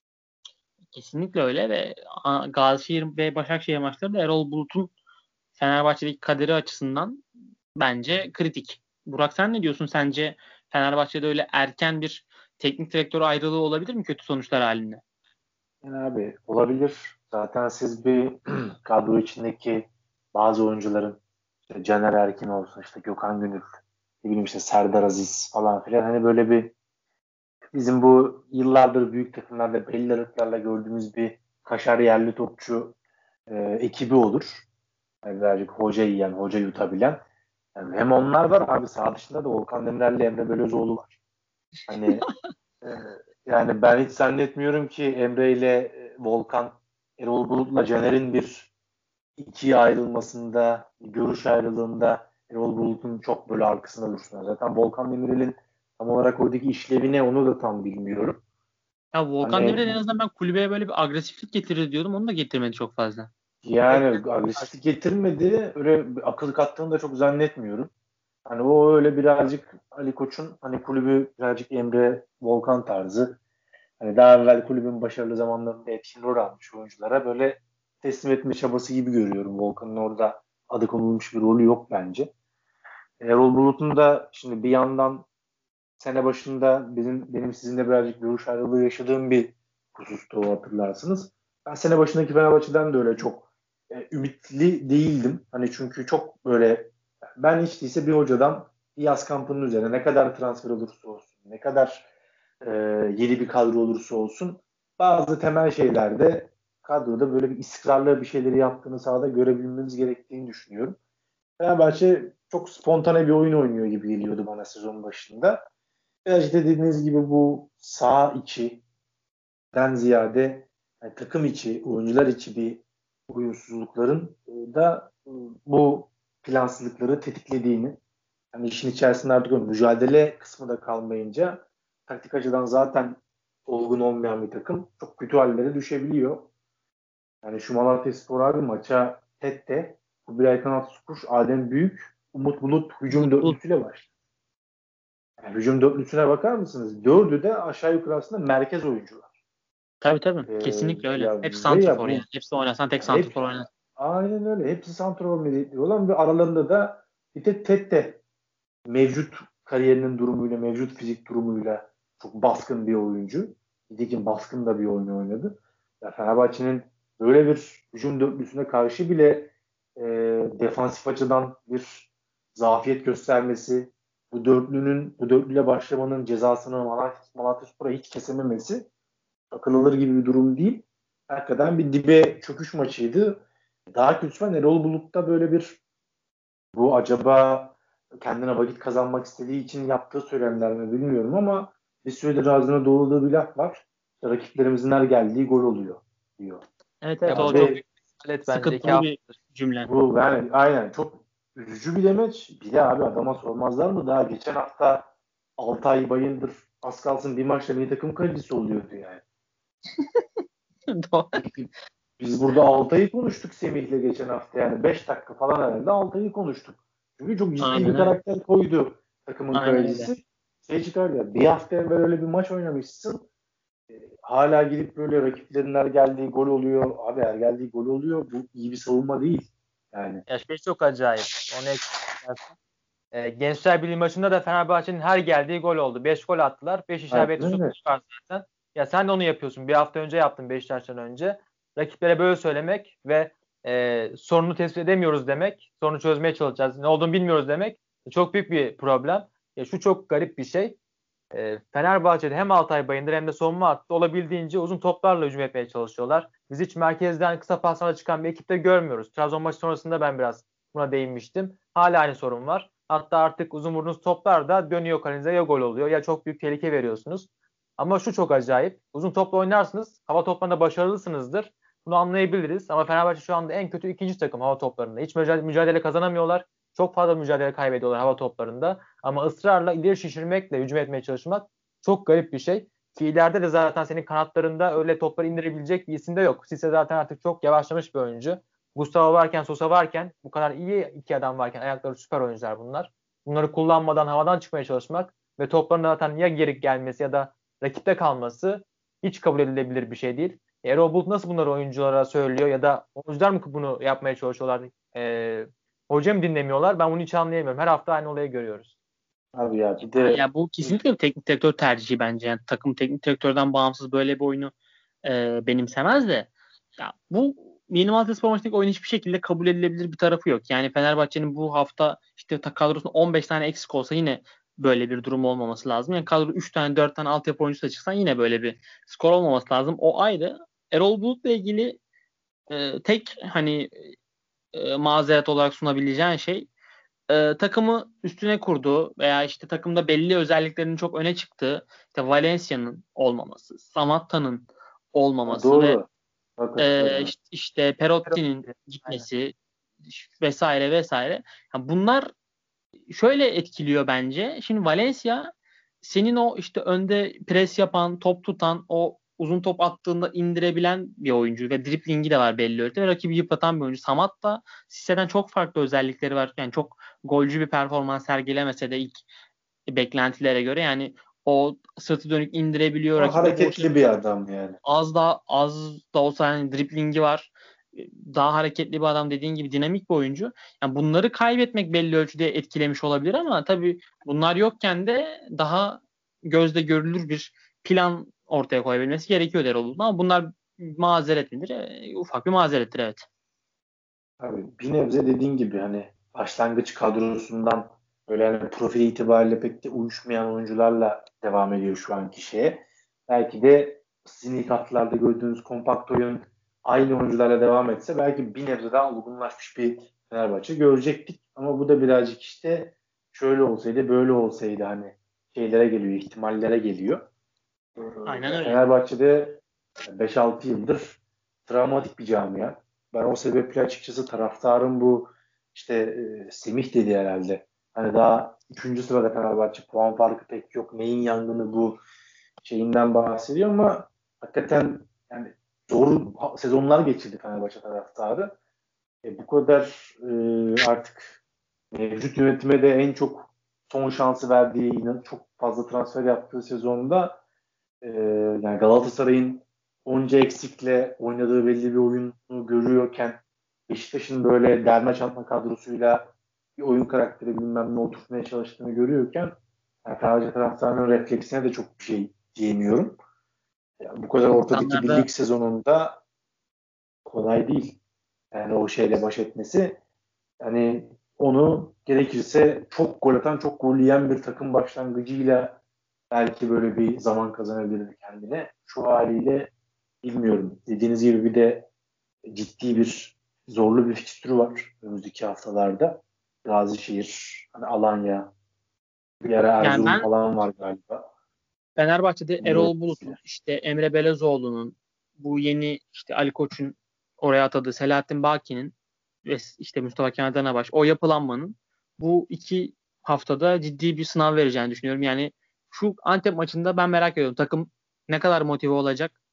Kesinlikle öyle ve Gazişehir ve Başakşehir maçları da Erol Bulut'un Fenerbahçe'deki kaderi açısından bence kritik. Burak sen ne diyorsun? Sence Fenerbahçe'de öyle erken bir teknik direktör ayrılığı olabilir mi kötü sonuçlar halinde? Yani abi olabilir. Zaten siz bir kadro içindeki bazı oyuncuların işte Caner Erkin olsun, işte Gökhan Gönül, ne bileyim işte Serdar Aziz falan filan, hani böyle bir bizim bu yıllardır büyük takımlarda belli aralıklarla gördüğümüz bir kaşar yerli topçu ekibi olur. Yani birazcık hoca yiyen, hoca yutabilen. Yani hem onlar var abi, sağ dışında da Volkan Demirel'le Emre Belözoğlu var. Hani e, yani ben hiç zannetmiyorum ki Emre ile Volkan, Erol Bulut'la Caner'in bir ikiye ayrılmasında, görüş ayrılığında Erol Bulut'un çok böyle arkasında dursunlar. Zaten Volkan Demirel'in tam olarak oradaki işlevi ne onu da tam bilmiyorum. Ya Volkan Hani Demirel en azından ben kulübeye böyle bir agresiflik getirir diyordum. Onu da getirmedi çok fazla. yani agresiflik getirmedi. Öyle bir akıl kattığını da çok zannetmiyorum. Hani o öyle birazcık Ali Koç'un hani kulübü birazcık Emre Volkan tarzı. Hani daha evvel kulübün başarılı zamanlarında etkin rol almış oyunculara böyle teslim etme çabası gibi görüyorum. Volkan'ın orada adı konulmuş bir rolü yok bence. Erol Bulut'un da şimdi bir yandan sene başında benim sizinle birazcık görüş ayrılığı yaşadığım bir husustu o, hatırlarsınız. Ben sene başındaki Fenerbahçe'den de öyle çok ümitli değildim. Hani çünkü çok böyle ben hiç değilse bir hocadan bir yaz kampının üzerine ne kadar transfer olursa olsun, ne kadar yeni bir kadro olursa olsun bazı temel şeylerde kadroda böyle bir istikrarlı bir şeyleri yaptığını sahada görebilmemiz gerektiğini düşünüyorum. Fenerbahçe çok spontane bir oyun oynuyor gibi geliyordu bana sezon başında. Biraz dediğiniz gibi bu saha içiden ziyade yani takım içi, oyuncular içi bir uyumsuzlukların da bu plansızlıkları tetiklediğini, yani işin içerisinde artık o mücadele kısmı da kalmayınca taktik açıdan zaten olgun olmayan bir takım çok kötü hallere düşebiliyor. Yani şu Malatyaspor abi maça Tette, Kubilay Kanatsukuş, Adem Büyük, Umut Bulut hücum dörtlüsüyle başladı. Yani hücum dörtlüsüne bakar mısınız? Dördü de aşağı yukarı aslında merkez oyuncular. Tabii. Kesinlikle öyle. Ya Hepsi ve ya santrfor bu yani. Hepsi oynasan tek yani santrfor oynar. aynen öyle. Hepsi santrafor meziyetli olan ve aralarında da bir tek Tette mevcut kariyerinin durumuyla, mevcut fizik durumuyla çok baskın bir oyuncu. Nitekim baskın da bir oyun oynadı. Ya Fenerbahçe'nin böyle bir hücum dörtlüsüne karşı bile e, defansif açıdan bir zafiyet göstermesi, bu dörtlüyle başlamanın cezasını Malatyaspor'a hiç kesememesi akıl alır gibi bir durum değil. Hakikaten bir dibe çöküş maçıydı. Daha kötüsü var. Erol Bulut'ta böyle bir bu acaba kendine vakit kazanmak istediği için yaptığı söylemler mi bilmiyorum ama bir süredir ağzına doladığı bir laf var. İşte rakiplerimizin her geldiği gol oluyor diyor. Evet Ya bu o çok çok büyük bir bence. sıkıntılı bir cümle. Bu yani aynen çok üzücü bir demeç. Bir de abi adama sormazlar mı? Daha geçen hafta Altay Bayındır az kalsın bir maçta milli takım kalecisi oluyordu yani. Biz burada Altay'ı konuştuk Semih'le geçen hafta yani 5 dakika falan herhalde Altay'ı konuştuk. Çünkü çok ciddi bir Aynen öyle. karakter koydu takımın Aynen öyle. kalecisi. Şey çıkar ya bir hafta evvel öyle bir maç oynamışsın. Hala gidip böyle rakiplerin her geldiği gol oluyor. Abi her geldiği gol oluyor. Bu iyi bir savunma değil. Yani. Ya şey çok acayip. Onu Gençler Birliği maçında da Fenerbahçe'nin her geldiği gol oldu. 5 gol attılar. 5 isabetli Aynen şut öyle. var zaten. Ya sen de onu yapıyorsun. Bir hafta önce yaptın Beşiktaş'tan önce. Rakiplere böyle söylemek ve sorunu tespit edemiyoruz demek. Sorunu çözmeye çalışacağız. Ne olduğunu bilmiyoruz demek. Çok büyük bir problem. Ya şu çok garip bir şey. Fenerbahçe'de hem Altay Bayındır hem de savunma hattı olabildiğince uzun toplarla hücum etmeye çalışıyorlar. Biz hiç merkezden kısa paslarla çıkan bir ekipte görmüyoruz. Trabzon maçı sonrasında ben biraz buna değinmiştim. Hala aynı sorun var. Hatta artık uzun vurduğunuz toplar da dönüyor kalenize, ya gol oluyor ya çok büyük tehlike veriyorsunuz. Ama şu çok acayip. Uzun topla oynarsınız. Hava toplarında başarılısınızdır. Bunu anlayabiliriz. Ama Fenerbahçe şu anda en kötü ikinci takım hava toplarında. Hiç mücadele kazanamıyorlar. Çok fazla mücadele kaybediyorlar hava toplarında. Ama ısrarla ileri şişirmekle hücum etmeye çalışmak çok garip bir şey. Ki ileride de zaten senin kanatlarında öyle topları indirebilecek bir isim de yok. Sisse zaten artık çok yavaşlamış bir oyuncu. Gustavo varken, Sosa varken, bu kadar iyi iki adam varken, ayakları süper oyuncular bunlar. Bunları kullanmadan havadan çıkmaya çalışmak ve topların zaten ya geri gelmesi ya da rakipte kalması hiç kabul edilebilir bir şey değil. Erol Bulut nasıl bunları oyunculara söylüyor ya da oyuncular mı bunu yapmaya çalışıyorlar? Hoca mı dinlemiyorlar? Ben bunu hiç anlayamıyorum. Her hafta aynı olayı görüyoruz. Abi ya bir de Ya bu kesinlikle bir teknik direktör tercihi bence. Yani takım teknik direktörden bağımsız böyle bir oyunu benimsemez de. Ya bu Yeni Malatyaspor maçındaki oyun hiçbir şekilde kabul edilebilir bir tarafı yok. Yani Fenerbahçe'nin bu hafta işte kadrosunda 15 tane eksik olsa yine böyle bir durum olmaması lazım. Yani kadro 3 tane 4 tane altyapı oyuncusu da çıksan yine böyle bir skor olmaması lazım. O ayrı. Erol Bulut'la ilgili tek hani mazeret olarak sunabileceğin şey takımı üstüne kurduğu veya işte takımda belli özelliklerinin çok öne çıktığı işte Valencia'nın olmaması, Samatta'nın olmaması ve doğru. Bak katılıyorum. işte Perotti'nin Aynen. gitmesi vesaire vesaire. Yani bunlar şöyle etkiliyor bence. Şimdi Valencia senin o işte önde pres yapan, top tutan, o uzun top attığında indirebilen bir oyuncu ve driblingi de var belli ölçüde ve rakibi yıpratan bir oyuncu. Samat da Sisse'den çok farklı özellikleri var. Yani çok golcü bir performans sergilemese de ilk beklentilere göre yani o sırtı dönük indirebiliyor. Ama Rakiple hareketli bir adam yani. az da olsa yani driblingi var. Daha hareketli bir adam, dediğin gibi dinamik bir oyuncu. Yani bunları kaybetmek belli ölçüde etkilemiş olabilir ama tabii bunlar yokken de daha gözde görülür bir plan ortaya koyabilmesi gerekiyor Erol'un. Ama bunlar mazeret midir? Ufak bir mazerettir, evet. Abi bir nebze dediğin gibi hani başlangıç kadrosundan böyle hani profil itibariyle pek de uyuşmayan oyuncularla devam ediyor şu anki şeye. Belki de sizin ilk haftalarda gördüğünüz kompakt oyun aynı oyuncularla devam etse belki bir nebze daha olgunlaşmış bir Fenerbahçe görecektik. Ama bu da birazcık işte şöyle olsaydı böyle olsaydı hani şeylere geliyor, ihtimallere geliyor. Aynen öyle. Fenerbahçe'de 5-6 yıldır travmatik bir camia. Ben o sebeple açıkçası taraftarın bu işte Semih dedi herhalde. Hani daha 3. sırada Fenerbahçe, puan farkı pek yok. Neyin yangını bu şeyinden bahsediyor ama hakikaten yani zor sezonlar geçirdi Fenerbahçe taraftarı. Bu kadar artık mevcut yönetime de en çok son şansı verdiği, inan çok fazla transfer yaptığı sezonda yani Galatasaray'ın onca eksikle oynadığı belli bir oyunu görüyorken Beşiktaş'ın böyle derme çatma kadrosuyla bir oyun karakteri bilmem ne oturtmaya çalıştığını görüyorken yani Fenerbahçe taraftarının refleksine de çok bir şey diyemiyorum. Yani bu kadar ortadaki bir İnsanlarda lig sezonunda kolay değil. Yani o şeyle baş etmesi. Yani onu gerekirse çok gol atan, çok gol yiyen bir takım başlangıcıyla belki böyle bir zaman kazanabilirdi kendine. Şu haliyle bilmiyorum. Dediğiniz gibi bir de ciddi bir zorlu bir fikstürü var önümüzdeki haftalarda. Gazişehir, hani Alanya, bir ara yani Erzurum ben falan var galiba. Fenerbahçe'de Bilmiyorum. Erol Bulut'un, işte Emre Belezoğlu'nun, bu yeni işte Ali Koç'un oraya atadığı Selahattin Baki'nin ve işte Mustafa Kemal Danabaş, o yapılanmanın bu iki haftada ciddi bir sınav vereceğini düşünüyorum. Yani şu Antep maçında ben merak ediyorum. Takım ne kadar motive olacak?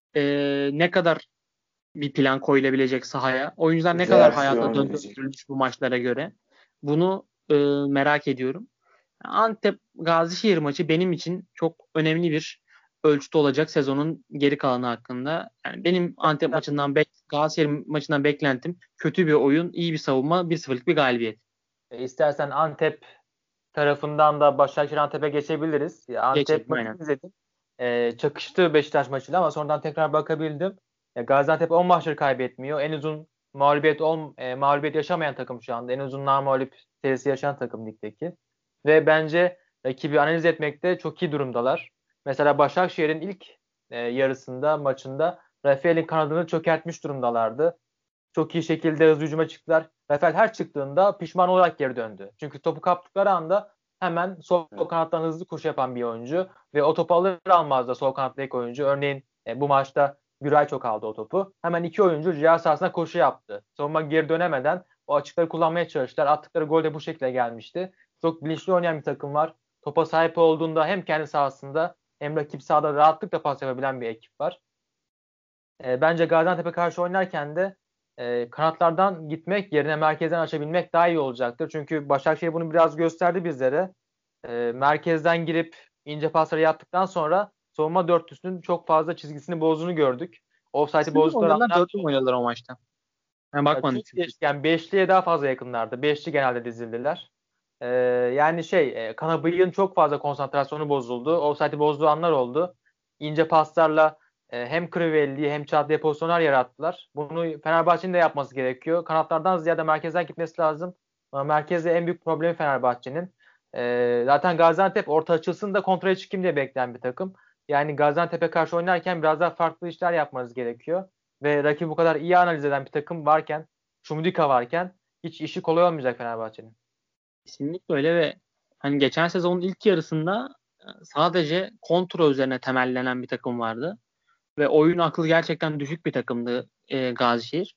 Ne kadar bir plan koyulabilecek sahaya? Oyuncular ne kadar hayata Reaksiyon verecek. döndürülmüş bu maçlara göre? Bunu merak ediyorum. Antep Gazişehir maçı benim için çok önemli bir ölçüde olacak sezonun geri kalanı hakkında. Yani benim Antep maçından Gazişehir maçından beklentim kötü bir oyun, iyi bir savunma, 1-0'lık bir galibiyet. İstersen Antep tarafından da Başakşehir Antep'e geçebiliriz. Antep Geçelim maçını aynen. izledim. Çakıştı Beşiktaş maçıyla ama sonradan tekrar bakabildim. Gaziantep 10 maçları kaybetmiyor. En uzun mağlubiyet yaşamayan takım şu anda. En uzun namağlup serisi yaşayan takım ligdeki. Ve bence rakibi analiz etmekte çok iyi durumdalar. Mesela Başakşehir'in ilk maçında Rafael'in kanadını çökertmiş durumdalardı. Çok iyi şekilde hızlı hücuma çıktılar. Rafael her çıktığında pişman olarak geri döndü. Çünkü topu kaptıkları anda hemen sol kanattan hızlı koşu yapan bir oyuncu ve o topu alır almaz da sol kanattaki oyuncu. Örneğin bu maçta Güray çok aldı o topu. Hemen iki oyuncu ceza sahasına koşu yaptı. Savunma geri dönemeden o açıkları kullanmaya çalıştılar. Attıkları gol de bu şekilde gelmişti. Çok bilinçli oynayan bir takım var. Topa sahip olduğunda hem kendi sahasında hem rakip sahada rahatlıkla pas yapabilen bir ekip var. Bence Gaziantep'e karşı oynarken de kanatlardan gitmek yerine merkezden açabilmek daha iyi olacaktır. Çünkü Başakşehir bunu biraz gösterdi bizlere. Merkezden girip ince pasları yaptıktan sonra savunma dörtlüsünün çok fazla çizgisini bozduğunu gördük. Offside'i Üçlü mü bozdukları oynadılar, anlar dörtlü mü oynadılar o maçta? Ben bakmadım çünkü. yani beşliye daha fazla yakınlardı. Beşli genelde dizildiler. Yani Kanabıyık'ın çok fazla konsantrasyonu bozuldu. Offside'i bozduğu anlar oldu. İnce paslarla hem Crivelli'yi hem Çağatay'a pozisyonlar yarattılar. Bunu Fenerbahçe'nin de yapması gerekiyor. Kanatlardan ziyade merkezden gitmesi lazım. Ama merkezde en büyük problemi Fenerbahçe'nin. Zaten Gaziantep orta açılsın da kontraya çıkayım diye bekleyen bir takım. Yani Gaziantep'e karşı oynarken biraz daha farklı işler yapmanız gerekiyor. Ve rakibi bu kadar iyi analiz eden bir takım varken, Şumudika varken hiç işi kolay olmayacak Fenerbahçe'nin. Kesinlikle öyle ve hani geçen sezonun ilk yarısında sadece kontra üzerine temellenen bir takım vardı ve oyun aklı gerçekten düşük bir takımdı Gazişehir.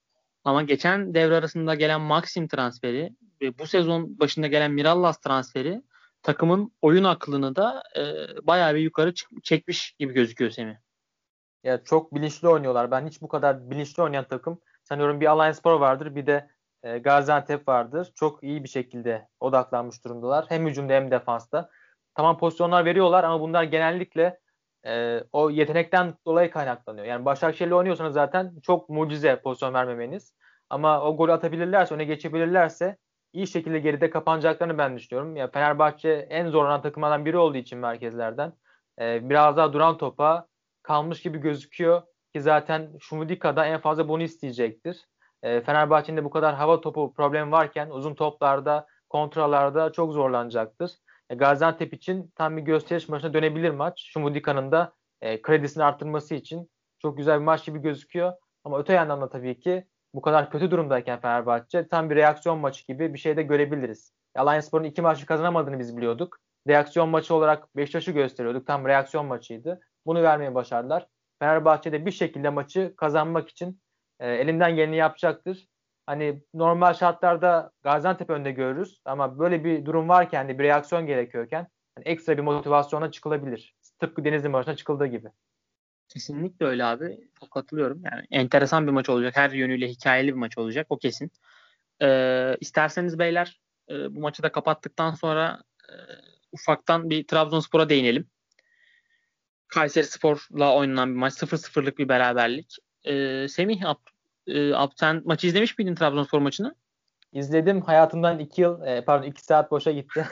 Ama geçen devre arasında gelen Maxim transferi ve bu sezon başında gelen Mirallas transferi takımın oyun aklını da bayağı bir yukarı çekmiş gibi gözüküyor Semih. Ya çok bilinçli oynuyorlar. Ben hiç bu kadar bilinçli oynayan takım sanıyorum bir Alanyaspor vardır, bir de Gaziantep vardır. Çok iyi bir şekilde odaklanmış durumdalar. Hem hücumda hem defansta. Tamam, pozisyonlar veriyorlar ama bunlar genellikle o yetenekten dolayı kaynaklanıyor. Yani Başakşehir'le oynuyorsanız zaten çok mucize pozisyon vermemeniz. Ama o golü atabilirlerse, öne geçebilirlerse iyi şekilde geride kapanacaklarını ben düşünüyorum. Ya Fenerbahçe en zorlanan takımlardan biri olduğu için merkezlerden biraz daha duran topa kalmış gibi gözüküyor ki zaten Şumudika'da en fazla bunu isteyecektir. Fenerbahçe'nin de bu kadar hava topu problemi varken uzun toplarda, kontralarda çok zorlanacaktır. Gaziantep için tam bir gösteriş maçına dönebilir maç. Şumudika'nın da kredisini arttırması için çok güzel bir maç gibi gözüküyor. Ama öte yandan da tabii ki bu kadar kötü durumdayken Fenerbahçe tam bir reaksiyon maçı gibi bir şey de görebiliriz. Alanyaspor'un 2 maçı kazanamadığını biz biliyorduk. Reaksiyon maçı olarak Beşiktaş'ı gösteriyorduk. Tam reaksiyon maçıydı. Bunu vermeyi başardılar. Fenerbahçe de bir şekilde maçı kazanmak için elinden geleni yapacaktır. Hani normal şartlarda Gaziantep önde görürüz ama böyle bir durum varken de bir reaksiyon gerekiyorken hani ekstra bir motivasyona çıkılabilir. Tıpkı Denizli maçına çıkıldığı gibi. Kesinlikle öyle abi. Çok katılıyorum. Yani enteresan bir maç olacak. Her yönüyle hikayeli bir maç olacak. O kesin. İsterseniz beyler bu maçı da kapattıktan sonra ufaktan bir Trabzonspor'a değinelim. Kayserispor'la oynanan bir maç. 0-0'lık bir beraberlik. Semih, sen maçı izlemiş miydin, Trabzonspor maçını? İzledim. Hayatımdan 2 yıl, 2 saat boşa gitti.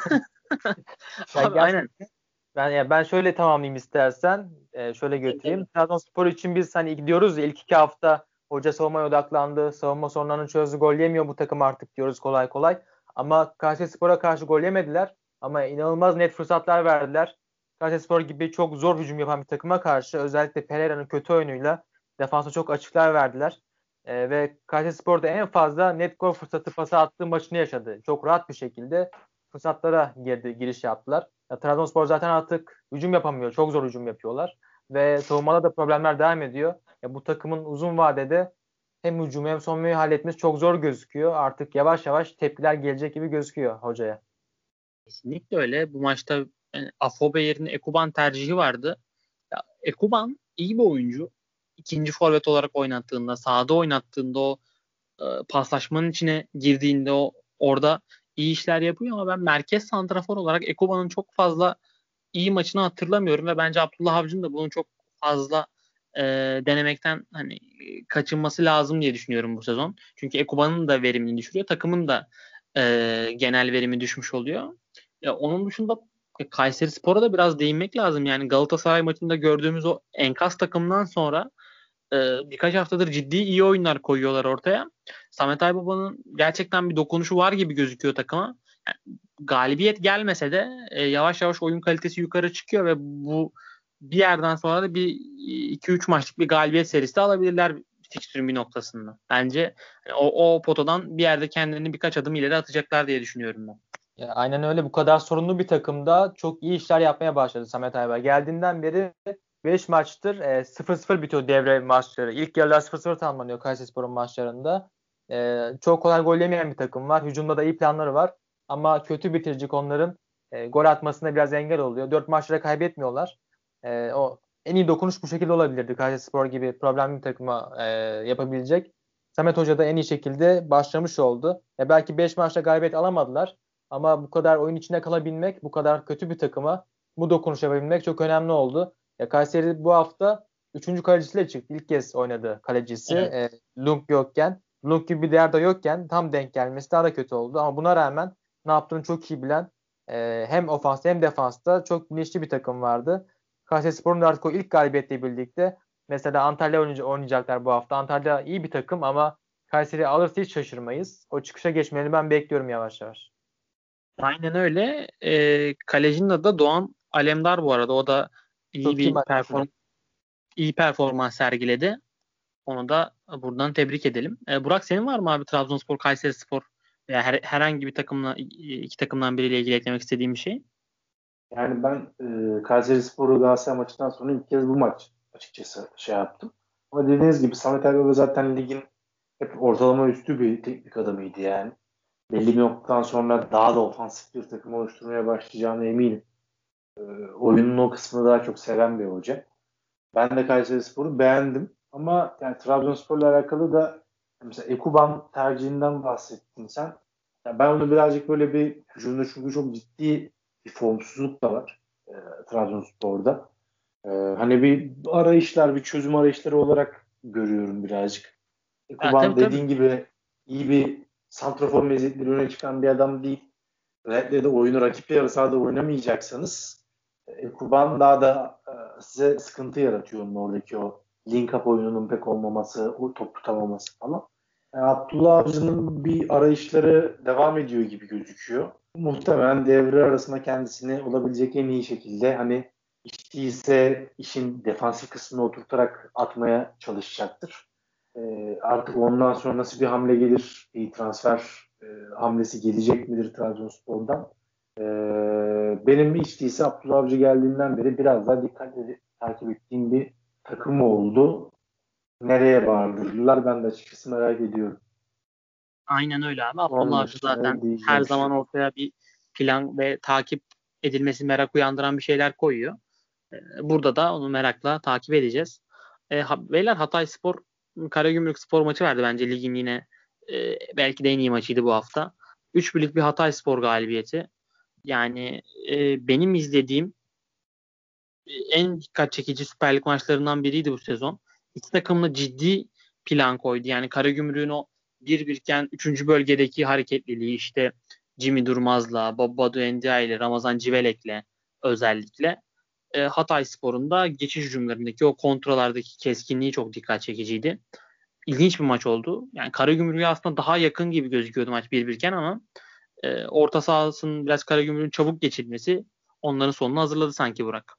Ya Abi aynen. gerçekten ben şöyle tamamlayayım istersen. Şöyle götüreyim. Trabzonspor için biz hani gidiyoruz ya, ilk 2 hafta hoca savunmaya odaklandı. Savunma sorunlarını çözdü. Gol yemiyor bu takım artık diyoruz kolay kolay. Ama Kayserispor'a karşı gol yemediler. Ama inanılmaz net fırsatlar verdiler. Kayserispor gibi çok zor hücum yapan bir takıma karşı özellikle Pereira'nın kötü oyunuyla defansa çok açıklar verdiler. Ve Kayserispor da en fazla net gol fırsatı pası attığı maçını yaşadı. Çok rahat bir şekilde fırsatlara giriş yaptılar. Ya, Trabzonspor zaten artık hücum yapamıyor. Çok zor hücum yapıyorlar. Ve savunmada da problemler devam ediyor. Ya, bu takımın uzun vadede hem hücumu hem savunmayı halletmesi çok zor gözüküyor. Artık yavaş yavaş tepkiler gelecek gibi gözüküyor hocaya. Kesinlikle öyle. Bu maçta Afobe yerine Ekuban tercihi vardı. Ya, Ekuban iyi bir oyuncu. İkinci forvet olarak oynattığında, sahada oynattığında, o paslaşmanın içine girdiğinde orada iyi işler yapıyor ama ben merkez santrafor olarak Ekuban'ın çok fazla iyi maçını hatırlamıyorum ve bence Abdullah Avcı'nın da bunu çok fazla denemekten hani kaçınması lazım diye düşünüyorum bu sezon. Çünkü Ekuban'ın da verimini düşürüyor. Takımın da genel verimi düşmüş oluyor. Ya, onun dışında Kayserispor'a da biraz değinmek lazım. Yani Galatasaray maçında gördüğümüz o enkaz takımdan sonra birkaç haftadır ciddi iyi oyunlar koyuyorlar ortaya. Samet Aybaba'nın gerçekten bir dokunuşu var gibi gözüküyor takıma. Yani, galibiyet gelmese de yavaş yavaş oyun kalitesi yukarı çıkıyor ve bu bir yerden sonra da bir 2-3 maçlık bir galibiyet serisi de alabilirler fikstürün bir noktasında. Bence o potadan bir yerde kendini birkaç adım ileri atacaklar diye düşünüyorum ben. Ya, aynen öyle. Bu kadar sorunlu bir takımda çok iyi işler yapmaya başladı Samet Aybay. Geldiğinden beri 5 maçtır 0-0 bitiyor devre maçları. İlk yarılar 0-0 tamamlanıyor Kayserispor'un maçlarında. Çok kolay gol yemeyen bir takım var. Hücumda da iyi planları var. Ama kötü bitirici onların gol atmasına biraz engel oluyor. 4 maçları kaybetmiyorlar. O en iyi dokunuş bu şekilde olabilirdi. Kayserispor gibi problemli bir takıma yapabilecek. Samet Hoca da en iyi şekilde başlamış oldu. Belki 5 maçta galibiyet alamadılar. Ama bu kadar oyun içinde kalabilmek, bu kadar kötü bir takıma bu dokunuş yapabilmek çok önemli oldu. Kayseri bu hafta 3. kalecisiyle çıktı. İlk kez oynadı kalecisi. Evet. Lung yokken, Lung gibi bir değer de yokken tam denk gelmesi daha da kötü oldu. Ama buna rağmen ne yaptığını çok iyi bilen hem ofansta hem defansta çok bilinçli bir takım vardı. Kayserispor'un da artık o ilk galibiyetle birlikte mesela Antalya oynayacaklar bu hafta. Antalya iyi bir takım ama Kayseri alırsa hiç şaşırmayız. O çıkışa geçmelerini ben bekliyorum yavaş yavaş. Aynen öyle. Kalecinin adı da Doğan Alemdar bu arada. O da iyi Çok iyi bir maç yaptı. iyi performans sergiledi. Onu da buradan tebrik edelim. Burak, senin var mı abi Trabzonspor, Kayserispor veya herhangi bir takımla, iki takımdan biriyle ilgili eklemek istediğim bir şey? Yani ben Kayserispor'u Galatasaray maçından sonra ilk kez bu maç açıkçası şey yaptım. Ama dediğiniz gibi Samet Aybaba zaten ligin hep ortalama üstü bir teknik adamıydı yani. Belli bir noktadan sonra daha da ofansif bir takım oluşturmaya başlayacağına eminim. Oyunun o kısmını daha çok seven bir hoca. Ben de Kayserispor'u beğendim. Ama yani Trabzonspor'la alakalı da mesela Ekuban tercihinden bahsettin sen. Yani ben onu birazcık böyle bir hücumda çünkü çok ciddi bir formsuzluk da var Trabzonspor'da. Hani bir arayışlar, bir çözüm arayışları olarak görüyorum birazcık. Ya, tabii Ekuban tabii. dediğin gibi iyi bir santrafor meziyetleri öne çıkan bir adam değil. Özellikle de oyunu rakip yarı sahada oynamayacaksanız Kuban daha da size sıkıntı yaratıyor onun oradaki o link up oyununun pek olmaması, o top tutamaması falan. Abdullah Avcı'nın bir arayışları devam ediyor gibi gözüküyor. Muhtemelen devre arasında kendisini olabilecek en iyi şekilde hani hiç değilse işin defansif kısmına oturtarak atmaya çalışacaktır. Artık ondan sonra nasıl bir hamle gelir, bir transfer hamlesi gelecek midir Trabzonspor'dan? Benim hiç değilse Abdullah Avcı geldiğinden beri biraz daha dikkatli takip ettiğim bir takım oldu. Nereye vardırırlar ben de açıkçası merak ediyorum. Aynen öyle abi. Abdullah Onun Avcı zaten dışında her diyeceğim bir şey zaman yok. ortaya bir plan ve takip edilmesi merak uyandıran bir şeyler koyuyor. Burada da onu merakla takip edeceğiz. Beyler, Hatayspor Karagümrükspor maçı verdi bence ligin yine belki de en iyi maçıydı bu hafta. 3-1'lik bir Hatayspor galibiyeti. Yani benim izlediğim en dikkat çekici Süper Lig maçlarından biriydi bu sezon. İki takım da ciddi plan koydu. Yani Karagümrük'ün o 1-1 iken 3. bölgedeki hareketliliği, işte Jimmy Durmaz'la, Badu Endiaye ile, Ramazan Civelek'le özellikle Hatayspor'un da geçiş hücumlarındaki o kontrolardaki keskinliği çok dikkat çekiciydi. İlginç bir maç oldu. Yani Karagümrük'e aslında daha yakın gibi gözüküyordu maç 1-1 iken ama orta sahasının biraz Karagümrük'ün çabuk geçilmesi onların sonunu hazırladı sanki, Burak.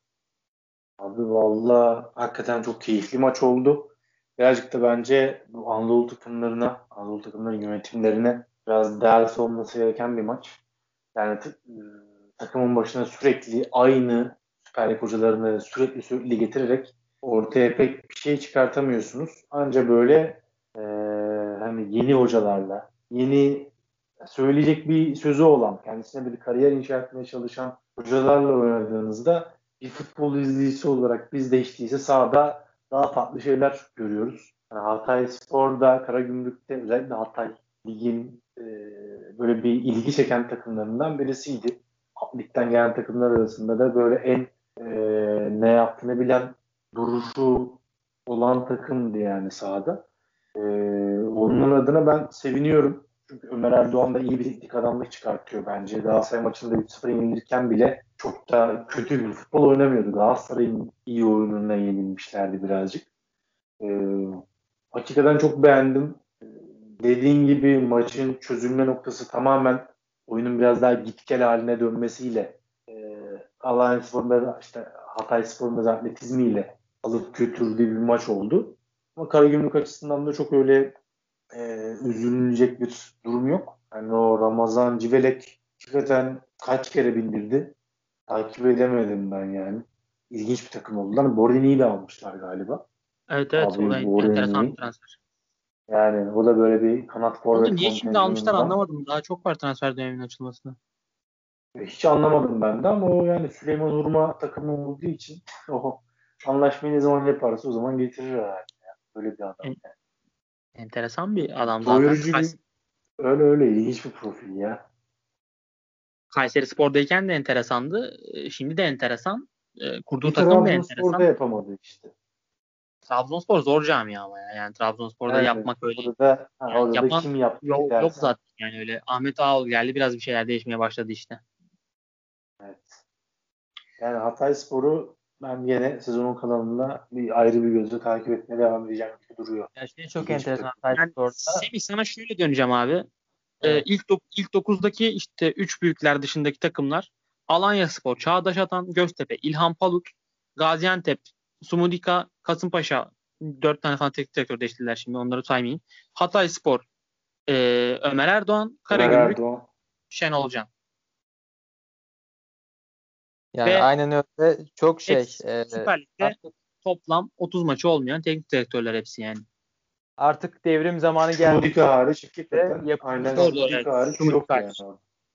Abi valla hakikaten çok keyifli maç oldu. Birazcık da bence bu Anadolu takımların yönetimlerine biraz ders olması gereken bir maç. Yani takımın başına sürekli aynı Süper Lig hocalarını sürekli getirerek ortaya pek bir şey çıkartamıyorsunuz. Anca böyle e, hani yeni hocalarla, yeni söyleyecek bir sözü olan, kendisine bir kariyer inşa etmeye çalışan hocalarla oynadığınızda bir futbol izleyicisi olarak biz de hiç değilse sahada daha farklı şeyler görüyoruz. Yani Hatay Spor'da, Karagümrük'te özellikle Hatay ligin böyle bir ilgi çeken takımlarından birisiydi. Ligden gelen takımlar arasında da böyle en ne yaptığını bilen duruşu olan takımdı yani sahada. E, Onun adına ben seviniyorum. Çünkü Ömer Erdoğan da iyi bir teknik adamlık çıkartıyor bence. Galatasaray maçında 3-0 yenilirken bile çok da kötü bir futbol oynamıyordu. Galatasaray'ın iyi oyununa yenilmişlerdi birazcık. E, Hakikaten çok beğendim. Dediğin gibi maçın çözülme noktası tamamen oyunun biraz daha git gel haline dönmesiyle Alanyaspor'un da işte Hatayspor'un da atletizmiyle alıp götürdüğü bir maç oldu. Ama Karagümrük açısından da çok öyle üzülünecek bir durum yok. Yani o Ramazan Civelek hakikaten kaç kere bindirdi. Takip edemedim ben yani. İlginç bir takım oldular. Borini'yi de almışlar galiba. Evet, evet, o da Abi enteresan bir Borini. transfer. Yani o da böyle bir kanat Onu da forvet niye şimdi almışlar kontenjanından. anlamadım. Daha çok var transfer döneminin açılmasına. Hiç anlamadım ben de ama o yani Süleyman Urma takımı olduğu için o anlaşmayı ne zaman yaparsa o zaman getirir herhalde. Yani. Böyle bir adam. En- Enteresan bir adam zaten. Doyurucu bir öyle ilginç bir profil ya. Kayserispor'dayken de enteresandı. Şimdi de enteresan. Kurduğu Bir takım da Trabzonspor'da enteresan. yapamadı işte. Trabzonspor zor camia ama ya. Yani Trabzonspor'da Evet. yapmak öyle. Yani Orada da yapan kim yaptı ki yok dersen. zaten. Yani öyle Ahmet Ağaoğlu geldi, biraz bir şeyler değişmeye başladı işte. Evet. Yani Hatayspor'u ben yine sezonun kalanında bir ayrı bir gözle takip etmeye devam edeceğim gibi duruyor. Ya şey çok İlginç bir enteresan takım. Yani Hatayspor'da. Semih, sana şöyle döneceğim abi. Evet. İlk 9'daki işte 3 büyükler dışındaki takımlar: Alanyaspor, Çağdaş Atan, Göztepe, İlhan Palut, Gaziantep, Sumudika, Kasımpaşa, 4 tane falan teknik direktör değiştirdiler, şimdi onları saymayayım. Hatayspor, Ömer Erdoğan, Ömer Karagümrük, Erdoğan. Şenol Can. Yani Ve aynen öyle çok şey. hepsi Süper Lig'de Artık toplam 30 maçı olmayan teknik direktörler hepsi yani. Artık devrim zamanı Şumudika geldi. hariç hakikaten Yapılmış aynen Doğru, Şumudika evet. hariç Şumudika yok yani. hariç.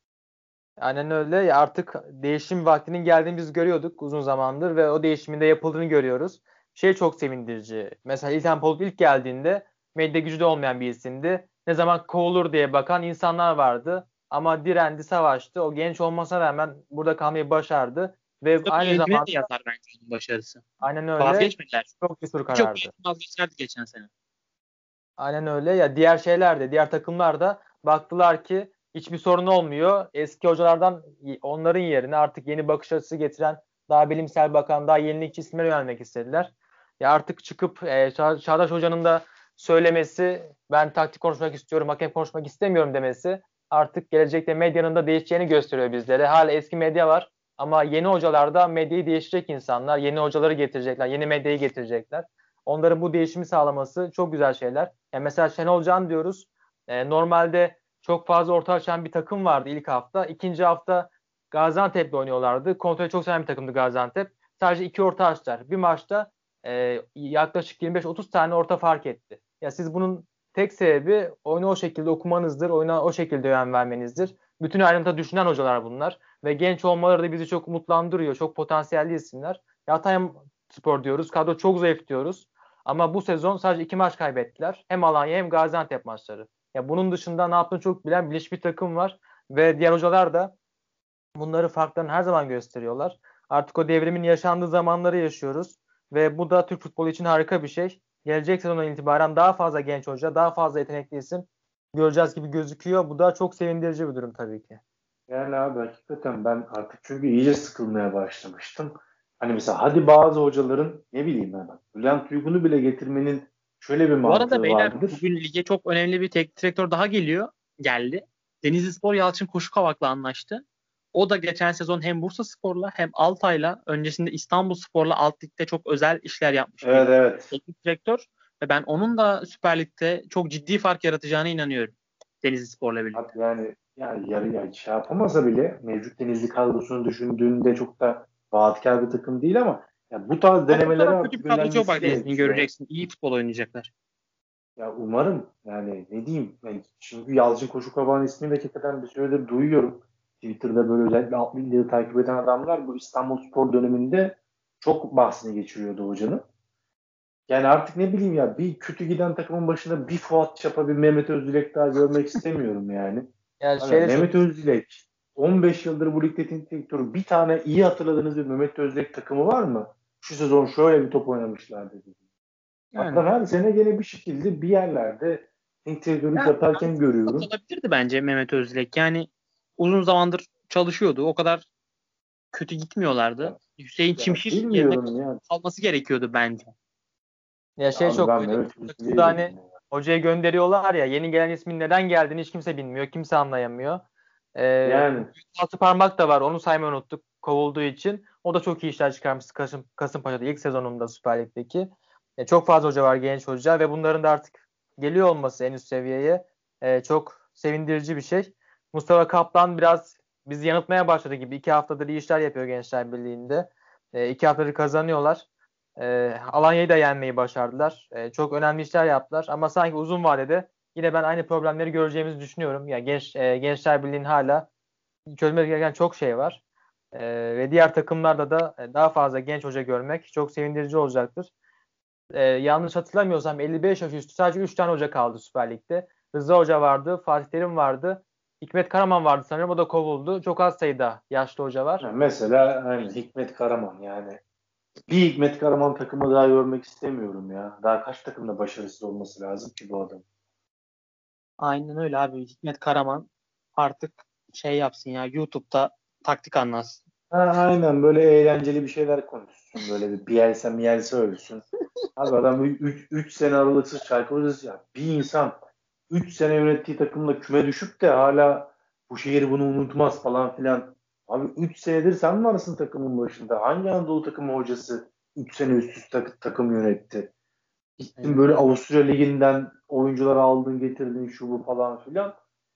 Aynen öyle. Ya artık değişim vaktinin geldiğini biz görüyorduk uzun zamandır ve o değişimin de yapıldığını görüyoruz. Şey çok sevindirici. Mesela İlhan Palut ilk geldiğinde medya gücü de olmayan bir isimdi. Ne zaman kovulur diye bakan insanlar vardı. Ama direndi, savaştı. O genç olmasına rağmen burada kalmayı başardı. Ve Takım aynı yönetimine zamanda de yazar bence onun başarısı. aynen öyle Vazgeçmediler. çok cesur Birçok karardı. yönetim vazgeçerdi geçen sene. Aynen öyle. Ya diğer şeyler de, diğer takımlar da baktılar ki hiçbir sorun olmuyor. Eski hocalardan onların yerine artık yeni bakış açısı getiren daha bilimsel bakan, daha yenilikçi isimlere yönelmek istediler. Ya artık çıkıp Çağdaş Hoca'nın da söylemesi, ben taktik konuşmak istiyorum, hakem konuşmak istemiyorum demesi artık gelecekte medyanın da değişeceğini gösteriyor bizlere. Hala eski medya var ama yeni hocalar da medyayı değiştirecek insanlar. Yeni hocaları getirecekler, yeni medyayı getirecekler. Onların bu değişimi sağlaması çok güzel şeyler. Yani mesela Şenol Can diyoruz. Normalde çok fazla orta açan bir takım vardı ilk hafta. İkinci hafta Gaziantep'le oynuyorlardı. Kontrolü çok seven bir takımdı Gaziantep. Sadece 2 orta açtılar. Bir maçta yaklaşık 25-30 tane orta fark etti. Ya siz bunun tek sebebi oyunu o şekilde okumanızdır. Oyuna o şekilde yön vermenizdir. Bütün ayrıntıda düşünen hocalar bunlar. Ve genç olmaları da bizi çok umutlandırıyor. Çok potansiyelli isimler. Hatay Spor diyoruz. Kadro çok zayıf diyoruz. Ama bu sezon sadece 2 maç kaybettiler. Hem Alanya hem Gaziantep maçları. Ya bunun dışında ne yaptığını çok bilen bilinçli bir takım var. Ve diğer hocalar da bunları farklarını her zaman gösteriyorlar. Artık o devrimin yaşandığı zamanları yaşıyoruz. Ve bu da Türk futbolu için harika bir şey. Gelecek sezondan itibaren daha fazla genç hoca, daha fazla yetenekli isim göreceğiz gibi gözüküyor. Bu da çok sevindirici bir durum tabii ki. Yani abi hakikaten ben artık çünkü iyice sıkılmaya başlamıştım. Hani mesela hadi bazı hocaların ne bileyim ben bak Bülent Uygun'u bile getirmenin şöyle bir Bu arada mantığı beyler vardır. bugün lige çok önemli bir teknik direktör daha geldi. Denizlispor Yalçın Koşukavak'la anlaştı. O da geçen sezon hem Bursaspor'la hem Altay'la öncesinde İstanbulspor'la alt ligde çok özel işler yapmış bir Evet, evet. teknik direktör. Ve ben onun da Süper Lig'de çok ciddi fark yaratacağına inanıyorum. Denizlispor'la birlikte. Abi yani yarı yani şey yapamasa bile mevcut Denizli kadrosunu düşündüğünde çok da vaatkar bir takım değil ama ya bu tarz Ama bu denemelere kadar kötü artık bir kadrosu yok yönelmesi bak Denizli'nin, gerekiyor. göreceksin. İyi futbol oynayacaklar. Ya umarım yani ne diyeyim yani çünkü Yalçın Koşukavak'ın ismini de hakikaten bir süredir duyuyorum. Twitter'da böyle özellikle alt ligleri takip eden adamlar bu İstanbulspor döneminde çok bahsini geçiriyordu hocanın. Yani artık ne bileyim ya bir kötü giden takımın başında bir Fuat Çapa bir Mehmet Özdilek daha görmek istemiyorum yani. Yani Hani şeyde çok Mehmet Özdilek 15 yıldır bu ligde teknik direktörü bir tane iyi hatırladığınız bir Mehmet Özdilek takımı var mı? Şu sezon şöyle bir top oynamışlar dedi. Yani Adam her sene gene bir şekilde bir yerlerde teknik direktörlük ya, yaparken görüyorum. olabilirdi bence Mehmet Özilek. Yani uzun zamandır çalışıyordu. O kadar kötü gitmiyorlardı. Ya, Hüseyin ya Çimşir yerine bilmiyorum ya. kalması gerekiyordu bence. ya şey Abi çok ben böyle Mehmet takımda Özdilek'i de hani bilmiyorum. hocaya gönderiyorlar ya yeni gelen ismin neden geldiğini hiç kimse bilmiyor. Kimse anlayamıyor. Yani Altı parmak da var. Onu saymayı unuttuk kovulduğu için. O da çok iyi işler çıkarmış Kasımpaşa'da ilk sezonunda Süper Lig'deki. Çok fazla hoca var genç hoca ve bunların da artık geliyor olması en üst seviyeye çok sevindirici bir şey. Mustafa Kaplan biraz bizi yanıltmaya başladı gibi. 2 haftadır iyi işler yapıyor Gençler Birliği'nde. 2 haftadır kazanıyorlar. Alanya'yı da yenmeyi başardılar. Çok önemli işler yaptılar ama sanki uzun vadede yine ben aynı problemleri göreceğimizi düşünüyorum. Yani Gençler Birliği'nin hala çözmesi gereken çok şey var. Ve diğer takımlarda da daha fazla genç hoca görmek çok sevindirici olacaktır. Yanlış hatırlamıyorsam 55 yaş üstü sadece 3 tane hoca kaldı Süper Lig'de. Rıza Hoca vardı, Fatih Terim vardı. Hikmet Karaman vardı sanırım, o da kovuldu. Çok az sayıda yaşlı hoca var. mesela hani Hikmet Karaman yani bir Hikmet Karaman takımı daha görmek istemiyorum ya. Daha kaç takımda başarısız olması lazım ki bu adam? Aynen öyle abi. Hikmet Karaman artık şey yapsın ya, YouTube'da taktik anlatsın. Ha, aynen böyle eğlenceli bir şeyler konuşsun. Böyle bir Bielsa ölsün. Abi adam 3 sene aralıksız şarkı ya. Bir insan 3 sene yönettiği takımla küme düşüp de hala bu şehir bunu unutmaz falan filan. Abi 3 senedir sen varsın takımın başında. Hangi Anadolu takımı hocası 3 sene üst üste takım yönetti? Gittin Aynen böyle öyle. Avusturya Ligi'nden oyuncular aldın getirdin şu bu falan filan.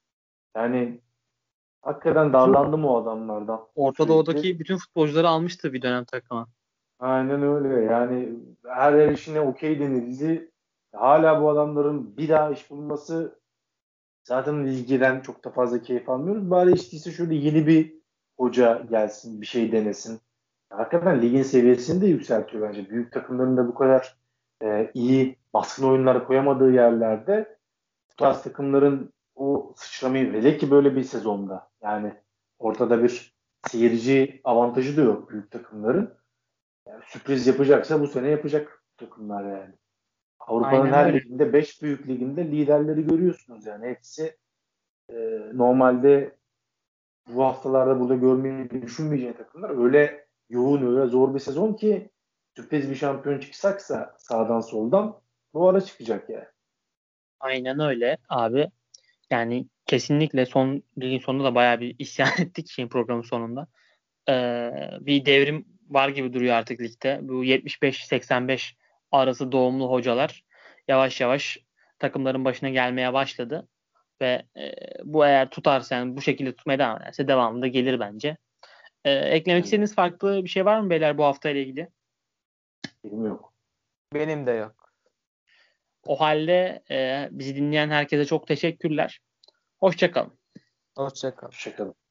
Yani hakikaten Bütün darlandım o adamlardan Orta sürekli. Doğu'daki bütün futbolcuları almıştı bir dönem takıma. Aynen öyle. Yani her işine okey denildi. Hala bu adamların bir daha iş bulması, zaten ligden çok da fazla keyif almıyoruz. Bari işte şöyle yeni bir hoca gelsin, bir şey denesin. Hakikaten ligin seviyesini de yükseltiyor bence. Büyük takımların da bu kadar iyi baskın oyunlar koyamadığı yerlerde bu tarz takımların o sıçramayı, hele ki böyle bir sezonda, yani ortada bir seyirci avantajı da yok büyük takımların. Yani sürpriz yapacaksa bu sene yapacak takımlar yani. Avrupa'nın Aynen her öyle. liginde, 5 büyük liginde liderleri görüyorsunuz yani. Hepsi normalde bu haftalarda burada görmeyi düşünmeyeceği takımlar. Öyle yoğun, öyle zor bir sezon ki sürpriz bir şampiyon çıksaksa sağdan soldan bu ara çıkacak yani. Aynen öyle abi. Yani kesinlikle ligin sonunda da bayağı bir isyan ettik programın sonunda. Bir devrim var gibi duruyor artık ligde. Bu 75-85 arası doğumlu hocalar yavaş yavaş takımların başına gelmeye başladı. Ve bu eğer tutarsa, yani bu şekilde tutmaya devam ederse devamında gelir bence. Eklemek Yani istediğiniz farklı bir şey var mı beyler bu hafta ile ilgili? bilmiyorum. Benim de yok. O halde bizi dinleyen herkese çok teşekkürler. Hoşça kalın. Hoşça kal. Hoşçakalın.